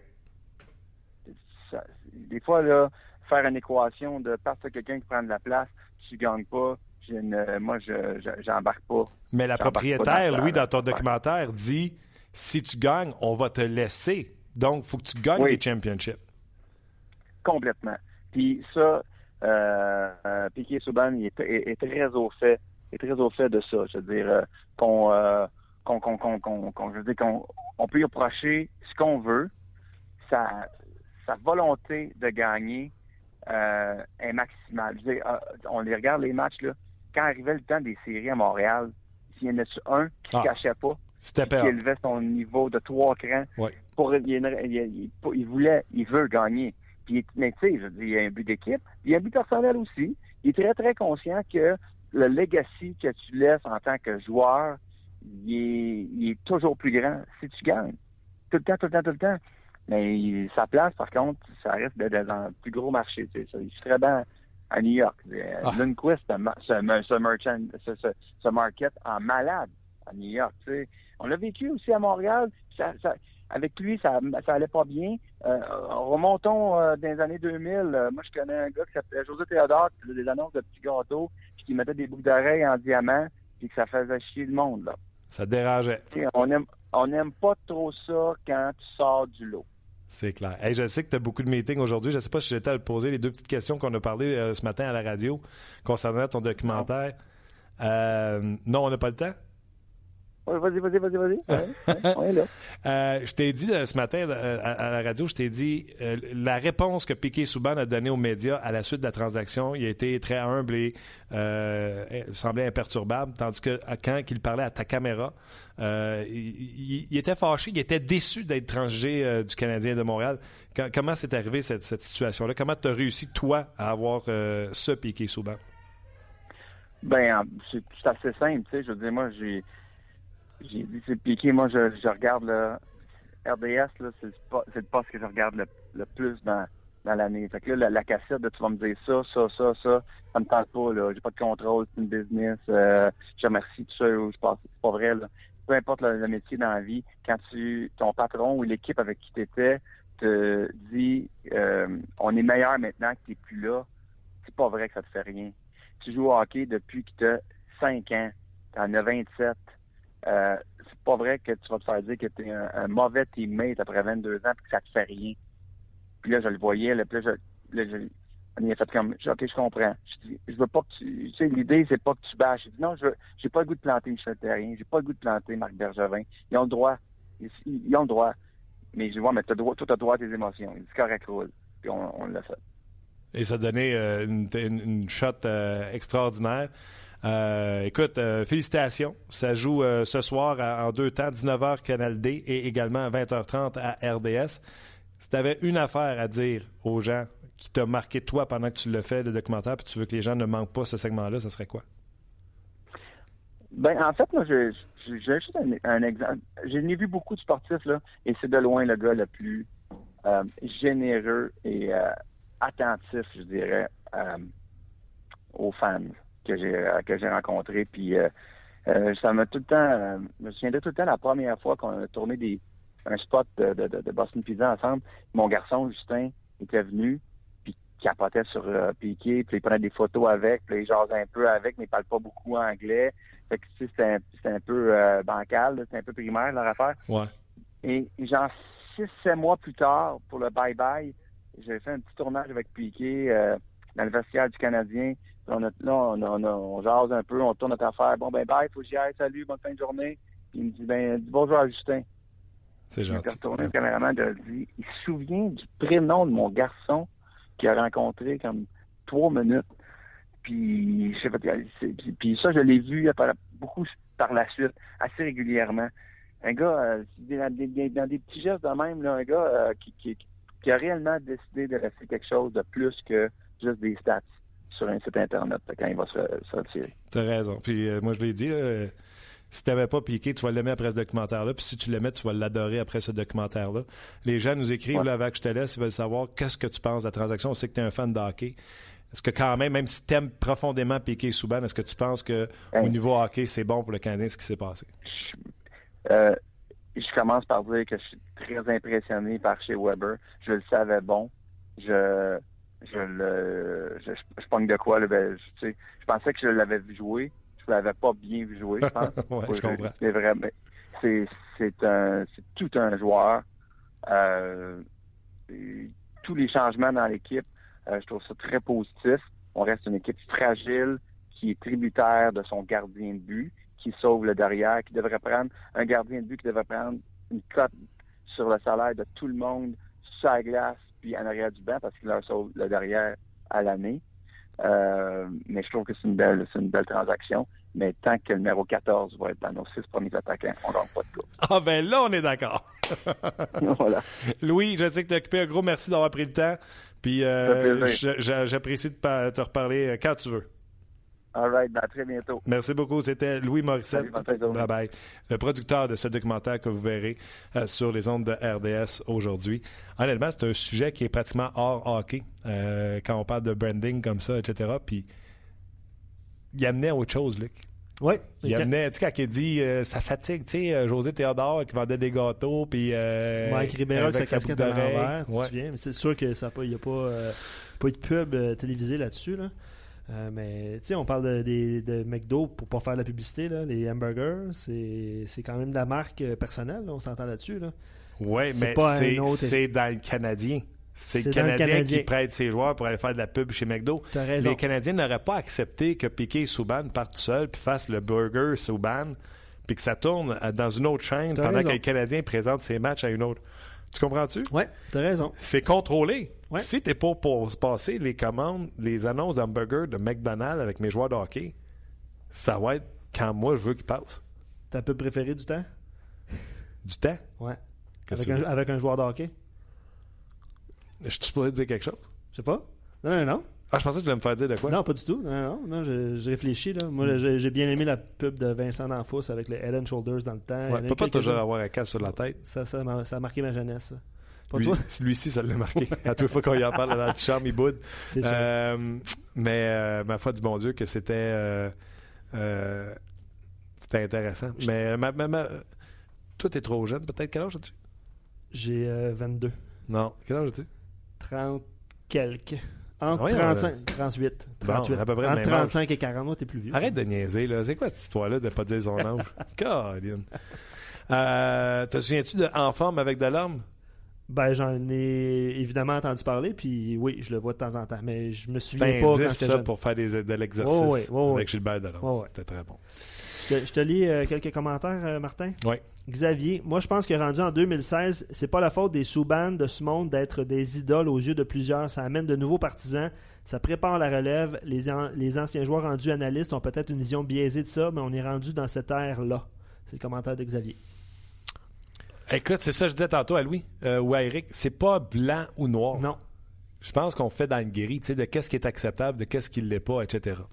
Ça, des fois, là, faire une équation de parce que quelqu'un qui prend de la place, tu gagnes pas, je ne, moi, je, je j'embarque pas. Mais la propriétaire, dans lui, dans ton documentaire, dit si tu gagnes, on va te laisser. Donc, il faut que tu gagnes oui. des championships. Complètement. Puis ça, euh, euh, Piquet Souban il est, est, est très au fait, est très au fait de ça. Je veux dire euh, qu'on, euh, qu'on, qu'on, qu'on, qu'on, qu'on, je veux dire qu'on, on peut y approcher ce qu'on veut. Sa, sa volonté de gagner euh, est maximale. Je veux dire, euh, on les regarde les matchs là. Quand arrivait le temps des séries à Montréal, s'il y en a un qui ne ah, se cachait pas, qui élevait son niveau de trois crans, ouais. pour, il, il, il, il voulait, il veut gagner. Puis, mais tu sais, je dis, il y a un but d'équipe, il y a un but personnel aussi. Il est très, très conscient que le legacy que tu laisses en tant que joueur, il est, il est toujours plus grand si tu gagnes. Tout le temps, tout le temps, tout le temps. Mais il, sa place, par contre, ça reste d'être dans le plus gros marché. Tu sais, ça, il est très bien à New York. Ah. Lundqvist, ce, ce, ce, merchant, ce, ce, ce market en malade à New York. Tu sais. On l'a vécu aussi à Montréal. Ça, ça, avec lui, ça, ça allait pas bien. Euh, remontons euh, dans les années deux mille. Euh, moi, je connais un gars qui s'appelait José Théodore, qui faisait des annonces de petits gâteaux, puis qui mettait des boucles d'oreilles en diamant, puis que ça faisait chier le monde. Là. Ça dérangeait. T'sais, on aime, on aime pas trop ça quand tu sors du lot. C'est clair. Hey, je sais que tu as beaucoup de meetings aujourd'hui. Je ne sais pas si j'étais à te poser les deux petites questions qu'on a parlé euh, ce matin à la radio concernant ton documentaire. Non, euh, non on n'a pas le temps? Ouais, vas-y, vas-y, vas-y, vas-y. Ouais, ouais, on est là. Euh, je t'ai dit euh, ce matin euh, à, à la radio, je t'ai dit euh, la réponse que Piquet Souban a donnée aux médias à la suite de la transaction, il a été très humble et euh, semblait imperturbable, tandis que quand il parlait à ta caméra, euh, il, il, il était fâché, il était déçu d'être transgé euh, du Canadien de Montréal. Quand, comment c'est arrivé cette, cette situation-là? Comment tu as réussi, toi, à avoir euh, ce Piquet Souban? Ben, c'est, c'est assez simple, tu sais. Je veux dire, moi, j'ai J'ai dit, c'est Piqué. Moi, je, je regarde le R D S, là, c'est, le poste, c'est le poste que je regarde le, le plus dans, dans l'année. Fait que là, la, la cassette, là, tu vas me dire ça, ça, ça, ça, ça me tente pas, là. J'ai pas de contrôle, c'est une business. Euh, je remercie tout ça, je pense, c'est pas vrai, là. Peu importe le, le métier dans la vie, quand tu, ton patron ou l'équipe avec qui t'étais te dit, euh, on est meilleur maintenant que t'es plus là, c'est pas vrai que ça te fait rien. Tu joues au hockey depuis que t'as cinq ans, t'en as vingt-sept. Euh, c'est pas vrai que tu vas te faire dire que tu es un, un mauvais teammate après vingt-deux ans et que ça te fait rien. Puis là, je le voyais, là, puis là, je, là, je, on a fait comme, je dis, OK, je comprends. Je dis, je veux pas que tu, tu sais, l'idée, c'est pas que tu bâches. Je dis, non, je veux, j'ai pas le goût de planter Michel Therrien, j'ai pas le goût de planter Marc Bergevin. Ils ont le droit. Ils, ils ont le droit. Mais je dis, ouais, mais t'as droit, toi, t'as droit à tes émotions. Il dit, correct, roule. Puis on, on l'a fait. Et ça donnait euh, une, une, une shot euh, extraordinaire. Euh, écoute, euh, félicitations. Ça joue euh, ce soir à, en deux temps, dix-neuf heures Canal D et également à vingt heures trente à R D S. Si tu avais une affaire à dire aux gens qui t'a marqué toi pendant que tu le fais, le documentaire, puis tu veux que les gens ne manquent pas ce segment-là, ça serait quoi? Ben, en fait, moi, je, je, j'ai juste un, un exemple. J'ai vu beaucoup de sportifs, là, et c'est de loin le gars le plus euh, généreux et euh, attentif, je dirais, euh, aux fans que j'ai euh, que j'ai rencontrés. Puis euh, euh, ça m'a tout le temps, euh, je me souviendrai tout le temps la première fois qu'on a tourné des un spot de, de, de Boston Pizza ensemble. Mon garçon Justin était venu, puis capotait sur euh, Piqué, puis il prenait des photos avec, puis il jasait un peu avec, mais il parle pas beaucoup anglais. Fait que tu sais, c'était un, c'était un peu euh, bancal, là, c'était un peu primaire leur affaire. Ouais. Et genre six, sept mois plus tard, pour le bye-bye, j'avais fait un petit tournage avec Piqué euh, dans le vestiaire du Canadien. On a, là, on, on, on jase un peu, on tourne notre affaire. Bon, ben, bye, faut que j'y aille, salut, bonne fin de journée. Puis il me dit, ben, dis bonjour à Justin. C'est gentil. Il a retourné le caméraman, il a dit, il se souvient du prénom de mon garçon qu'il a rencontré comme trois minutes. Puis, je sais pas, puis, puis ça, je l'ai vu par, beaucoup par la suite, assez régulièrement. Un gars, euh, dans, des, dans des petits gestes de même, là, un gars euh, qui, qui, qui a réellement décidé de rester quelque chose de plus que juste des stats sur un site Internet quand il va se, se retirer. T'as raison. Puis euh, moi, je l'ai dit, là, si t'avais pas Piqué, tu vas l'aimer après ce documentaire-là. Puis si tu l'aimais, tu vas l'adorer après ce documentaire-là. Les gens nous écrivent, ouais. là, avant que je te laisse, ils veulent savoir qu'est-ce que tu penses de la transaction. On sait que tu es un fan de hockey. Est-ce que quand même, même si tu aimes profondément Piqué Souban, est-ce que tu penses qu'au hey. niveau hockey, c'est bon pour le Canadien ce qui s'est passé? Je, euh, je commence par dire que je suis très impressionné par Shea Weber. Je le savais bon. Je... Je le, je, je, je pogne de quoi, là, ben, je, tu sais, je pensais que je l'avais vu jouer. Je l'avais pas bien vu jouer, je pense. ouais, je comprends. C'est vrai, mais c'est, c'est un, c'est tout un joueur. Euh, tous les changements dans l'équipe, euh, je trouve ça très positif. On reste une équipe fragile, qui est tributaire de son gardien de but, qui sauve le derrière, qui devrait prendre, un gardien de but qui devrait prendre une cote sur le salaire de tout le monde, sur la glace, puis en arrière du banc parce qu'il leur sauve le derrière à l'année. Euh, mais je trouve que c'est une belle, c'est une belle transaction. Mais tant que le numéro quatorze va être dans nos six premiers attaquants, on n'aura pas de coup. Ah ben là, on est d'accord. Voilà. Louis, je sais que tu as occupé. Un gros merci d'avoir pris le temps. Puis euh, j'apprécie de te reparler quand tu veux. All right, ben à très bientôt. Merci beaucoup. C'était Louis Morissette. Bye bye. Le producteur de ce documentaire que vous verrez euh, sur les ondes de R D S aujourd'hui. Honnêtement, c'est un sujet qui est pratiquement hors hockey euh, quand on parle de branding comme ça, et cetera. Puis il amenait autre chose, Luc. Oui. Il amenait, tu sais, quand il dit euh, ça fatigue, tu sais, José Théodore qui vendait des gâteaux, puis euh, Mike Ribeiro avec sa casquette à l'envers, tu ouais. te souviens. Mais c'est sûr que ça il n'y a pas, euh, pas eu de pub euh, télévisée là-dessus, là. Euh, mais tu sais, on parle de, de, de McDo pour pas faire de la publicité, là, les hamburgers, c'est, c'est quand même de la marque personnelle, là, on s'entend là-dessus. Là. Oui, mais pas c'est, autre... c'est dans le Canadien. C'est, c'est le Canadien, le Canadien qui prête ses joueurs pour aller faire de la pub chez McDo. T'as raison. Les Canadiens n'auraient pas accepté que Piqué Souban parte tout seul puis fasse le burger Souban puis que ça tourne dans une autre chaîne T'as pendant raison. que le Canadien présente ses matchs à une autre. Tu comprends-tu? Ouais, t'as raison. C'est contrôlé. Ouais. Si t'es pas pour se passer les commandes, les annonces d'hamburger de McDonald's avec mes joueurs de hockey, ça va être quand moi je veux qu'ils passent. T'as un peu préféré du temps? Du temps. Ouais. Qu'est-ce Avec que tu un, veux? avec un joueur de hockey? Je suis supposé te dire quelque chose? Je sais pas. Non, non, non. Ah, je pensais que tu voulais me faire dire de quoi? Non, pas du tout. Non, non, non, je, je réfléchis. Là. Moi, j'ai, j'ai bien aimé la pub de Vincent D'Anfos avec le Head and Shoulders dans le temps. Il y en Ouais, a peut pas quelques-uns. toujours avoir un casse sur la tête. Ça, ça, m'a, ça a marqué ma jeunesse. Ça. Pas Lui, toi? lui-ci, ça l'a marqué. À toute fois qu'on y en parle dans le charme, il boude. C'est ça. Euh, mais euh, ma foi du bon Dieu que c'était euh, euh, c'était intéressant. Mais ma, ma, ma- toi, t'es trop jeune, peut-être. Quel âge as-tu? J'ai euh, vingt-deux. Non. Quel âge as-tu? trente quelques. Entre Ah ouais, trente-cinq, trente-huit. trente-huit. Bon, à peu près le Entre même âge. trente-cinq et quarante, moi, t'es plus vieux. Arrête de niaiser, là. C'est quoi cette histoire-là de pas dire son âge? Caroline. Euh, te souviens-tu de En forme avec Delorme? Ben, j'en ai évidemment entendu parler, puis oui, je le vois de temps en temps, mais je me souviens C'est pas un quand indice, j'étais ça, jeune. pour faire des, de l'exercice Ouais, ouais, ouais, ouais. avec Gilbert Delorme. Ouais, ouais. C'était très bon. Je te, je te lis euh, quelques commentaires, euh, Martin. Oui. Xavier, moi je pense que rendu en deux mille seize, c'est pas la faute des Subban de ce monde d'être des idoles aux yeux de plusieurs. Ça amène de nouveaux partisans, ça prépare la relève. Les, an- les anciens joueurs rendus analystes ont peut-être une vision biaisée de ça, mais on est rendu dans cette ère-là. C'est le commentaire de Xavier. Écoute, c'est ça que je disais tantôt à Louis euh, ou à Eric. C'est pas blanc ou noir. Non. Je pense qu'on fait dans une grille, tu sais, de qu'est-ce qui est acceptable, de qu'est-ce qui ne l'est pas, et cetera.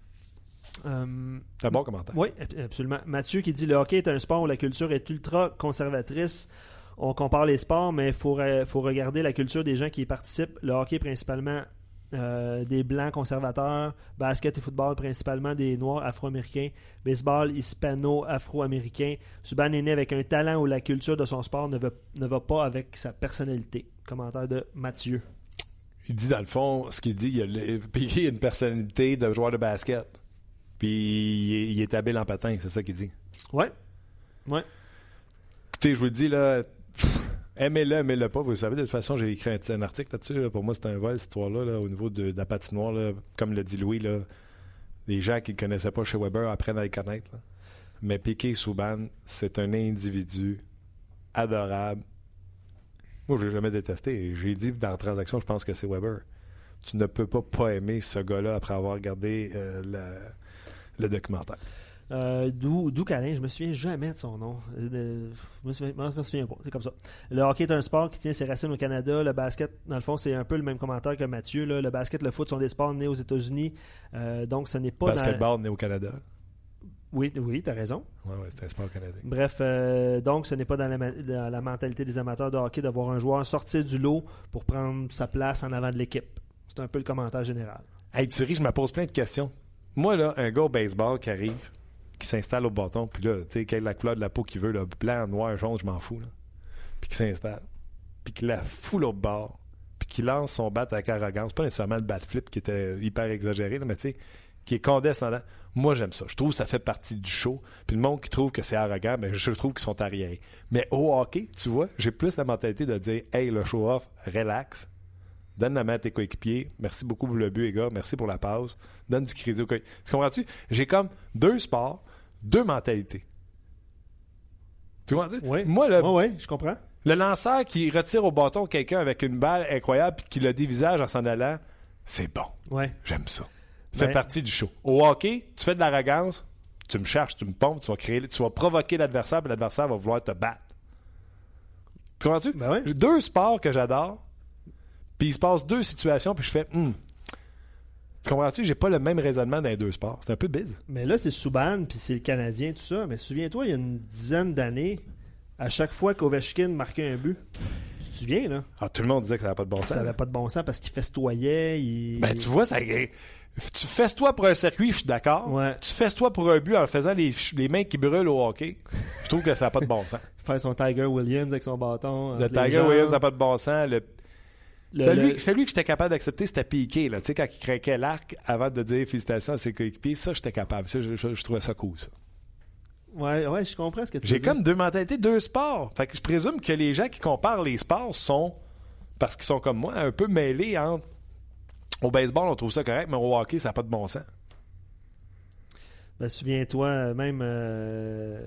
Euh, C'est un bon commentaire. Oui, absolument. Mathieu qui dit le hockey est un sport où la culture est ultra conservatrice. On compare les sports, mais il faut, re- faut regarder la culture des gens qui y participent. Le hockey, principalement euh, des blancs conservateurs. Basket et football, principalement des noirs afro-américains. Baseball, hispano-afro-américain. Subban est né avec un talent où la culture de son sport ne va, ne va pas avec sa personnalité. Commentaire de Mathieu. Il dit, dans le fond, ce qu'il dit, il a, le- il a une personnalité de joueur de basket. Puis il est, il est habile en patin, c'est ça qu'il dit. Ouais. Ouais. Écoutez, je vous le dis, là, pff, aimez-le, aimez-le pas. Vous savez, de toute façon, j'ai écrit un, un article là-dessus. Là. Pour moi, c'est un vol, cette histoire-là, là, au niveau de, de la patinoire. Là, comme le dit Louis, là, les gens qui ne le connaissaient pas chez Weber apprennent à le connaître. Là. Mais Piquet Subban, c'est un individu adorable. Moi, je l'ai jamais détesté. J'ai dit dans la transaction, je pense que c'est Weber. Tu ne peux pas pas aimer ce gars-là après avoir regardé euh, la, le documentaire. Euh, Dou, Dou Calin, je me souviens jamais de son nom. Euh, je me souviens, je me souviens pas. C'est comme ça. Le hockey est un sport qui tient ses racines au Canada. Le basket, dans le fond, c'est un peu le même commentaire que Mathieu. Là. Le basket, le foot sont des sports nés aux États-Unis. Euh, donc, ce n'est pas Basketball dans... né au Canada. Oui, oui, t'as raison. Oui, oui, c'est un sport canadien. Bref, euh, donc, ce n'est pas dans la, ma- dans la mentalité des amateurs de hockey de voir un joueur sortir du lot pour prendre sa place en avant de l'équipe. C'est un peu le commentaire général. Hey, tu ris, je me pose plein de questions. Moi, là, un gars au baseball qui arrive, qui s'installe au bâton, puis là, tu sais, quelle est la couleur de la peau qu'il veut, là, blanc, noir, jaune, je m'en fous, là. Puis qui s'installe, puis qui la fout l'autre bord, puis qui lance son bat avec arrogance. Pas nécessairement le bat flip qui était hyper exagéré, là, mais tu sais, qui est condescendant. Moi, j'aime ça. Je trouve que ça fait partie du show. Puis le monde qui trouve que c'est arrogant, ben, je trouve qu'ils sont arriérés. Mais au hockey, tu vois, j'ai plus la mentalité de dire « Hey, le show-off, relax. Donne la main à tes coéquipiers. Merci beaucoup pour le but, les gars. Merci pour la passe. Donne du crédit aux coéquipiers. » Tu comprends-tu? J'ai comme deux sports, deux mentalités. Tu comprends-tu? Oui, Moi, le, oui, oui, je comprends. le lanceur qui retire au bâton quelqu'un avec une balle incroyable puis qui le dévisage en s'en allant, c'est bon. Ouais. J'aime ça. Fait Ben- partie du show. Au hockey, tu fais de l'arrogance, tu me cherches, tu me pompes, tu vas créer, tu vas provoquer l'adversaire, puis l'adversaire va vouloir te battre. Tu comprends-tu? Ben ouais. J'ai deux sports que j'adore, puis il se passe deux situations, puis je fais, hum. Tu comprends-tu? J'ai pas le même raisonnement dans les deux sports. C'est un peu bise. Mais là, c'est Subban, puis c'est le Canadien, tout ça. Mais souviens-toi, il y a une dizaine d'années, à chaque fois qu'Ovechkin marquait un but, tu te souviens, là? Ah, tout le monde disait que ça n'avait pas de bon sens. Ça n'avait pas de bon sens parce qu'il festoyait. Il... Ben, tu vois, ça. Tu fesses-toi pour un circuit, je suis d'accord. Ouais. Tu fesses-toi pour un but en faisant les, les mains qui brûlent au hockey. Je trouve que ça n'a pas de bon sens. Faire son Tiger Williams avec son bâton. Le entre les Tiger jambes. Williams n'a pas de bon sens. Le... Le- celui, le- celui que j'étais capable d'accepter, c'était Piqué. Là. Tu sais, quand il craquait l'arc avant de dire félicitations à ses coéquipiers, ça, j'étais capable. Ça, je, je- je trouvais ça cool, ça. Ouais, ouais, je comprends ce que tu J'ai veux dire. comme deux mentalités, deux sports. Fait que je présume que les gens qui comparent les sports sont, parce qu'ils sont comme moi, un peu mêlés entre. Au baseball, on trouve ça correct, mais au hockey, ça n'a pas de bon sens. Ben, souviens-toi, même. euh,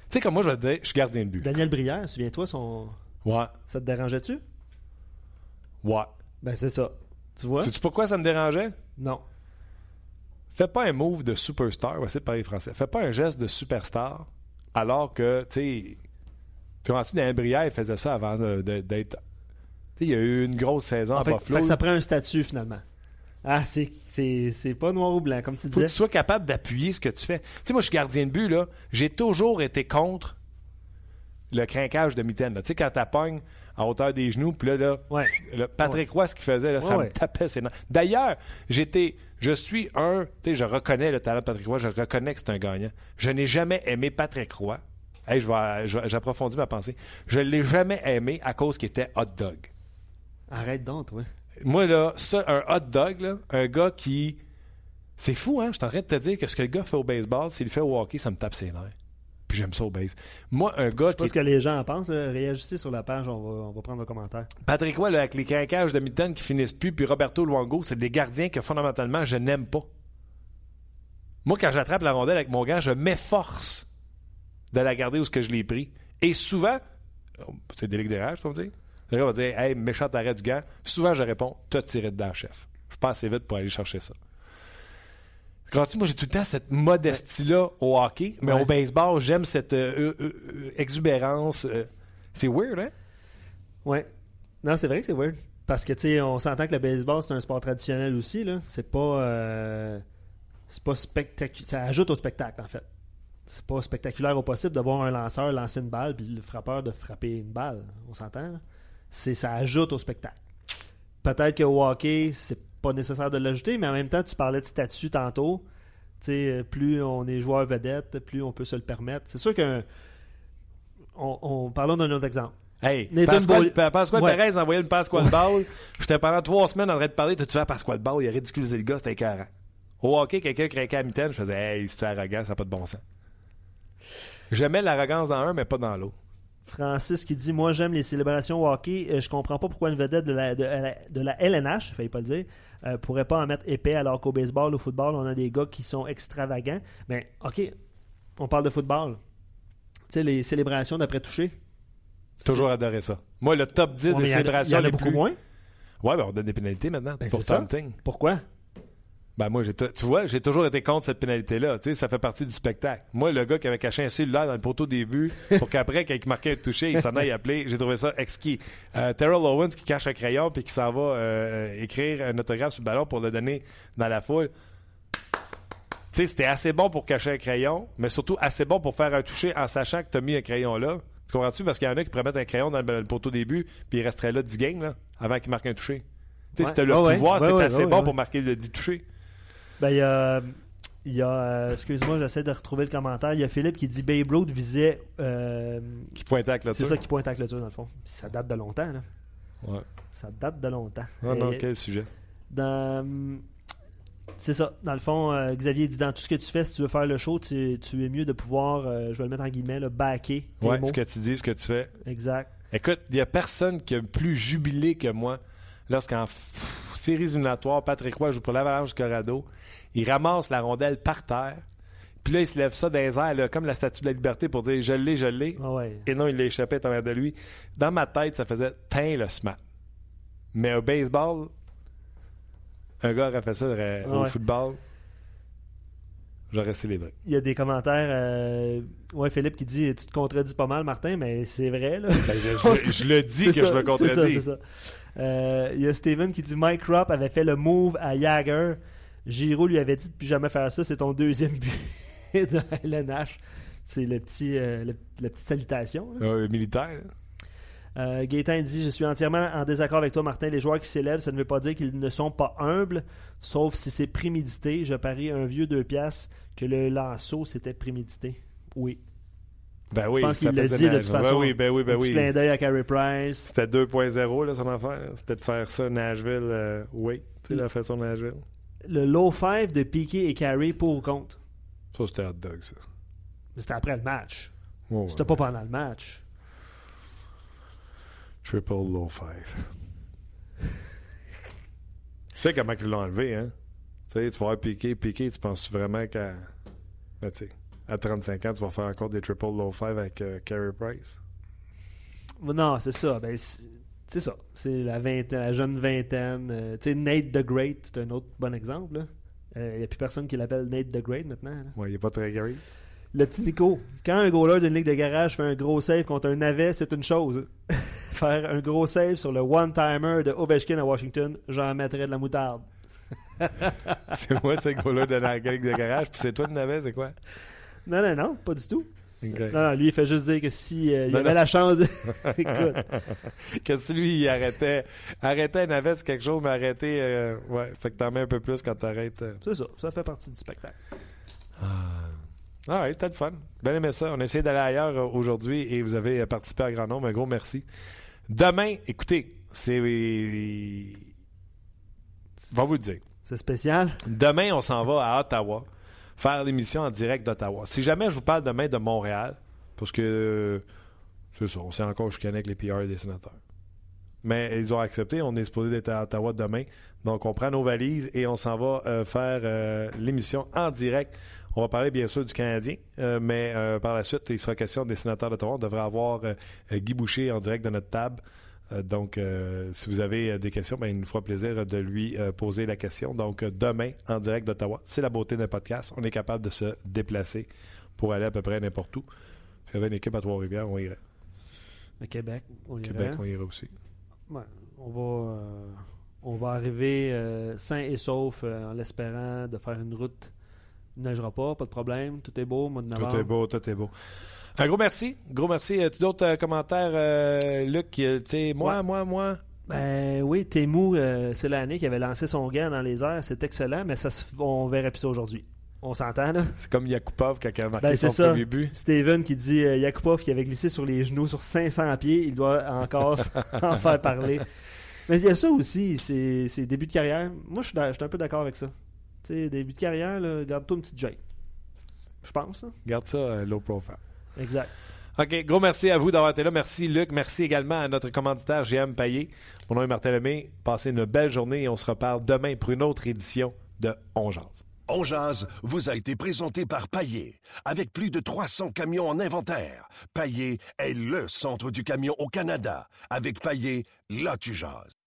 sais, comme moi, je vais te dire, je suis gardien de but. Daniel Brière, souviens-toi, son... Ouais. ça te dérangeait-tu? Ouais. Ben, c'est ça. Tu vois? Sais-tu pourquoi ça me dérangeait? Non. Fais pas un move de superstar, on va essayer de parler français. Fais pas un geste de superstar alors que, tu sais, tu vois, Daniel Brière, il faisait ça avant de, de, d'être... Tu sais, il y a eu une grosse saison En à fait, Buffalo. fait que ça prend un statut, finalement. Ah, c'est, c'est, c'est pas noir ou blanc, comme tu Faut que disais. tu sois capable d'appuyer ce que tu fais. Tu sais, moi, je suis gardien de but, là. J'ai toujours été contre le crinquage de mitaine. Tu sais, quand tu pognes à hauteur des genoux, puis là, là, Ouais. là, Patrick Roy, ce qu'il faisait, là, Ouais, ça ouais. me tapait ses nerfs. D'ailleurs, j'étais, je suis un, tu sais, je reconnais le talent de Patrick Roy, je reconnais que c'est un gagnant. Je n'ai jamais aimé Patrick Roy. Hey, je vais, je vais- j'approfondis ma pensée. Je ne l'ai jamais aimé à cause qu'il était hot dog. Arrête donc, ouais. Moi, là, ça, un hot dog, là, un gars qui... C'est fou, hein? Je suis en train de te dire que ce que le gars fait au baseball, s'il le fait au hockey, ça me tape ses nerfs. Puis j'aime ça au base. Moi, un gars Je sais qui... pas ce que les gens en pensent. Là. Réagissez sur la page, on va, on va prendre un commentaire. Patrick Roy, là, avec les craquages de mitaine qui finissent plus, puis Roberto Luongo, c'est des gardiens que, fondamentalement, je n'aime pas. Moi, quand j'attrape la rondelle avec mon gars, je m'efforce de la garder où ce que je l'ai pris. Et souvent... C'est des ligues des rages, tu vas me dire? Le gars va dire « Hey, méchant arrêt du gars ». Souvent, je réponds « T'as tiré dedans, chef. » Je passe assez vite pour aller chercher ça. Quand moi, j'ai tout le temps cette modestie-là au hockey, mais Ouais. au baseball, j'aime cette euh, euh, euh, exubérance. euh. C'est weird, hein? Ouais. Non, c'est vrai que c'est weird. Parce que, tu sais, on s'entend que le baseball, c'est un sport traditionnel aussi, là. C'est pas... euh, c'est pas spectaculaire. Ça ajoute au spectacle, en fait. C'est pas spectaculaire au possible de voir un lanceur lancer une balle puis le frappeur de frapper une balle. On s'entend, là? C'est, ça ajoute au spectacle. Peut-être qu'au hockey, c'est pas nécessaire de l'ajouter, mais en même temps, tu parlais de statut tantôt. Tu sais, plus on est joueur vedette, plus on peut se le permettre. C'est sûr qu'un... On, on... Parlons d'un autre exemple. Hey, Nathan Pasquale, Beaulieu- Pa- Pasquale Ouais. Perez a envoyé une Pasquale Ball. J'étais pendant trois semaines en train de parler. T'as-tu vu à Pasquale Ball? Il a ridiculisé le gars, c'était écœurant. Au hockey, quelqu'un craquait à mitaine, je faisais « Hey, c'est arrogant, ça n'a pas de bon sens. » J'aimais l'arrogance dans un, mais pas dans l'autre. Francis qui dit « Moi, j'aime les célébrations au hockey. Euh, Je comprends pas pourquoi une vedette de la, de, la- de la L N H, il fallait pas le dire, euh, pourrait pas en mettre épais alors qu'au baseball, au football, on a des gars qui sont extravagants. Mais, OK, on parle de football. Tu sais, les célébrations d'après-toucher. Toujours adoré ça. Moi, le top dix Ouais, mais des il y en a- célébrations il y en a les beaucoup plus... moins. Ouais, ben on donne des pénalités maintenant Ben, pour c'est ça. taunting. Pourquoi? Ben moi, j'ai t- tu vois, j'ai toujours été contre cette pénalité-là. Tu sais, ça fait partie du spectacle. Moi, le gars qui avait caché un cellulaire dans le poteau au début pour qu'après, quand il marquait un touché, il s'en aille appeler, j'ai trouvé ça exquis. Euh, Terrell Owens qui cache un crayon puis qui s'en va euh, écrire un autographe sur le ballon pour le donner dans la foule. Tu sais, c'était assez bon pour cacher un crayon, mais surtout assez bon pour faire un touché en sachant que tu as mis un crayon là. Tu comprends-tu? Parce qu'il y en a qui pourraient mettre un crayon dans le, le poteau au début puis il resterait là dix games là, avant qu'il marque un touché. Tu sais, Ouais. si t'as le Ah ouais. pouvoir, Ouais, c'était ouais, assez ouais, bon ouais. pour marquer le dix touchés. Ben, il y a... Il y a euh, excuse-moi, j'essaie de retrouver le commentaire. Il y a Philippe qui dit Babe Ruth visait... euh, Qui pointait avec la c'est ça qui pointe avec le tour, dans le fond. Puis ça date de longtemps, là. Ouais. Ça date de longtemps. Ah non, Et- quel sujet? Dans... C'est ça. Dans le fond, euh, Xavier dit dans tout ce que tu fais, si tu veux faire le show, tu, tu es mieux de pouvoir, euh, je vais le mettre en guillemets, là, backer tes Ouais, mots. ce que tu dis, ce que tu fais. Exact. Écoute, il n'y a personne qui a plus jubilé que moi lorsqu'en f- séries éliminatoires, Patrick Roy joue pour l'Avalanche du Colorado. Il ramasse la rondelle par terre. Puis là, il se lève ça dans les airs, là, comme la statue de la liberté pour dire « Je l'ai, je l'ai Ah ouais. ». Et non, il l'a échappé à travers de lui. Dans ma tête, ça faisait « Tain le smack ». Mais au baseball, un gars aurait fait ça aurait- Ah au ouais. football, j'aurais célébré. Il y a des commentaires. euh, Ouais, Philippe qui dit tu te contredis pas mal, Martin, mais c'est vrai, là. Ben, je, je- je le dis C'est que ça, je me c'est contredis. ça, c'est ça. Euh, Il y a Steven qui dit Mike Rupp avait fait le move à Jagger. Giro lui avait dit de plus jamais faire ça, c'est ton deuxième but de L N H. C'est le petit, euh, le- la petite salutation. là. Euh, militaire. là. Euh, Gaétan dit Je suis entièrement en désaccord avec toi, Martin. Les joueurs qui célèbrent, ça ne veut pas dire qu'ils ne sont pas humbles, sauf si c'est prémédité. Je parie un vieux deux piastres que le lasso c'était prémédité. Oui. Ben oui, Je pense ça qu'il l'a faisait dit de nage. toute façon. Ben oui, ben oui, ben Un petit oui. clin d'œil à Carey Price. C'était deux point zéro, là, son affaire. C'était de faire ça, Nashville. Euh, oui, tu sais, la façon de Nashville. Le low five de Piqué et Carey pour ou contre. Ça, c'était hot dog, ça. Mais c'était après le match. Ouais, ouais. C'était pas pendant le match. Triple low five. Tu sais comment ils l'ont enlevé, hein? Tu sais, tu vas voir Piqué, Piqué, tu penses vraiment qu'à. Ben, tu sais, À trente-cinq ans, tu vas faire encore des triple low five avec euh, Carey Price. Non, c'est ça. Ben, c'est, c'est ça. C'est la vingtaine, la jeune vingtaine. Euh, tu sais, Nate the Great, c'est un autre bon exemple. Il n'y euh, a plus personne qui l'appelle Nate the Great maintenant. Là. Ouais, il n'est pas très great. Le petit Nico, quand un goaler d'une ligue de garage fait un gros save contre un navet, c'est une chose. Faire un gros save sur le one-timer de Ovechkin à Washington, j'en mettrais de la moutarde. C'est moi, ce gars-là de la ligue de garage, puis c'est toi de navet, c'est quoi? Non, non, non, pas du tout. Okay. Non, non, lui, il fait juste dire que si euh, il non, avait non. la chance de... Écoute. Que si lui, il arrêtait... Arrêtait un navet, c'est quelque chose, mais arrêter... Euh, ouais, fait que t'en mets un peu plus quand t'arrêtes. Euh... C'est ça, ça fait partie du spectacle. Ah... Ah oui, c'était le fun. Bien aimé ça. On a essayé d'aller ailleurs aujourd'hui et vous avez participé à grand nombre. Un gros merci. Demain, écoutez, c'est... Va vous le dire. C'est spécial. Demain, on s'en va à Ottawa faire l'émission en direct d'Ottawa. Si jamais je vous parle demain de Montréal, parce que c'est ça, on s'est encore chicané avec les P R des sénateurs. Mais ils ont accepté, on est supposé d'être à Ottawa demain. Donc, on prend nos valises et on s'en va euh, faire euh, l'émission en direct. On va parler bien sûr du Canadien, euh, mais euh, par la suite, il sera question des sénateurs d'Ottawa. On devrait avoir euh, Guy Boucher en direct de notre table. Euh, donc, euh, si vous avez euh, des questions, ben, il nous fera plaisir de lui euh, poser la question. Donc, euh, demain, en direct d'Ottawa, c'est la beauté d'un podcast. On est capable de se déplacer pour aller à peu près n'importe où. Si y avait une équipe à Trois-Rivières, on irait. À Québec, on irait. Québec, on irait aussi. Ouais, on va, euh, on va arriver euh, sain et sauf euh, en l'espérant de faire une route. Il ne neigera pas, pas de problème. Tout est beau, mois de novembre. Tout est beau, tout est beau. Un gros merci. Gros merci. As-tu d'autres euh, commentaires, euh, Luc? Tu sais, moi, ouais. moi, moi. Ben oui, Témou, euh, c'est l'année qui avait lancé son gant dans les airs. C'est excellent, mais ça, on verrait plus ça aujourd'hui. On s'entend, là? C'est comme Yakupov quand il a marqué ben, son ça. premier but. Steven qui dit euh, Yakupov qui avait glissé sur les genoux sur cinq cents pieds. Il doit encore en faire parler. Mais il y a ça aussi, c'est, c'est début de carrière. Moi, je suis, je suis un peu d'accord avec ça. Tu sais, début de carrière, là, garde-toi une petite J. Je pense. Hein? Garde ça euh, low profile. Exact. OK, gros merci à vous d'avoir été là. Merci, Luc. Merci également à notre commanditaire G M Payé. Mon nom est Martin Lemay. Passez une belle journée et on se reparle demain pour une autre édition de On Jase. On Jase vous a été présenté par Payé. Avec plus de trois cents camions en inventaire, Payé est le centre du camion au Canada. Avec Payé, là tu jases.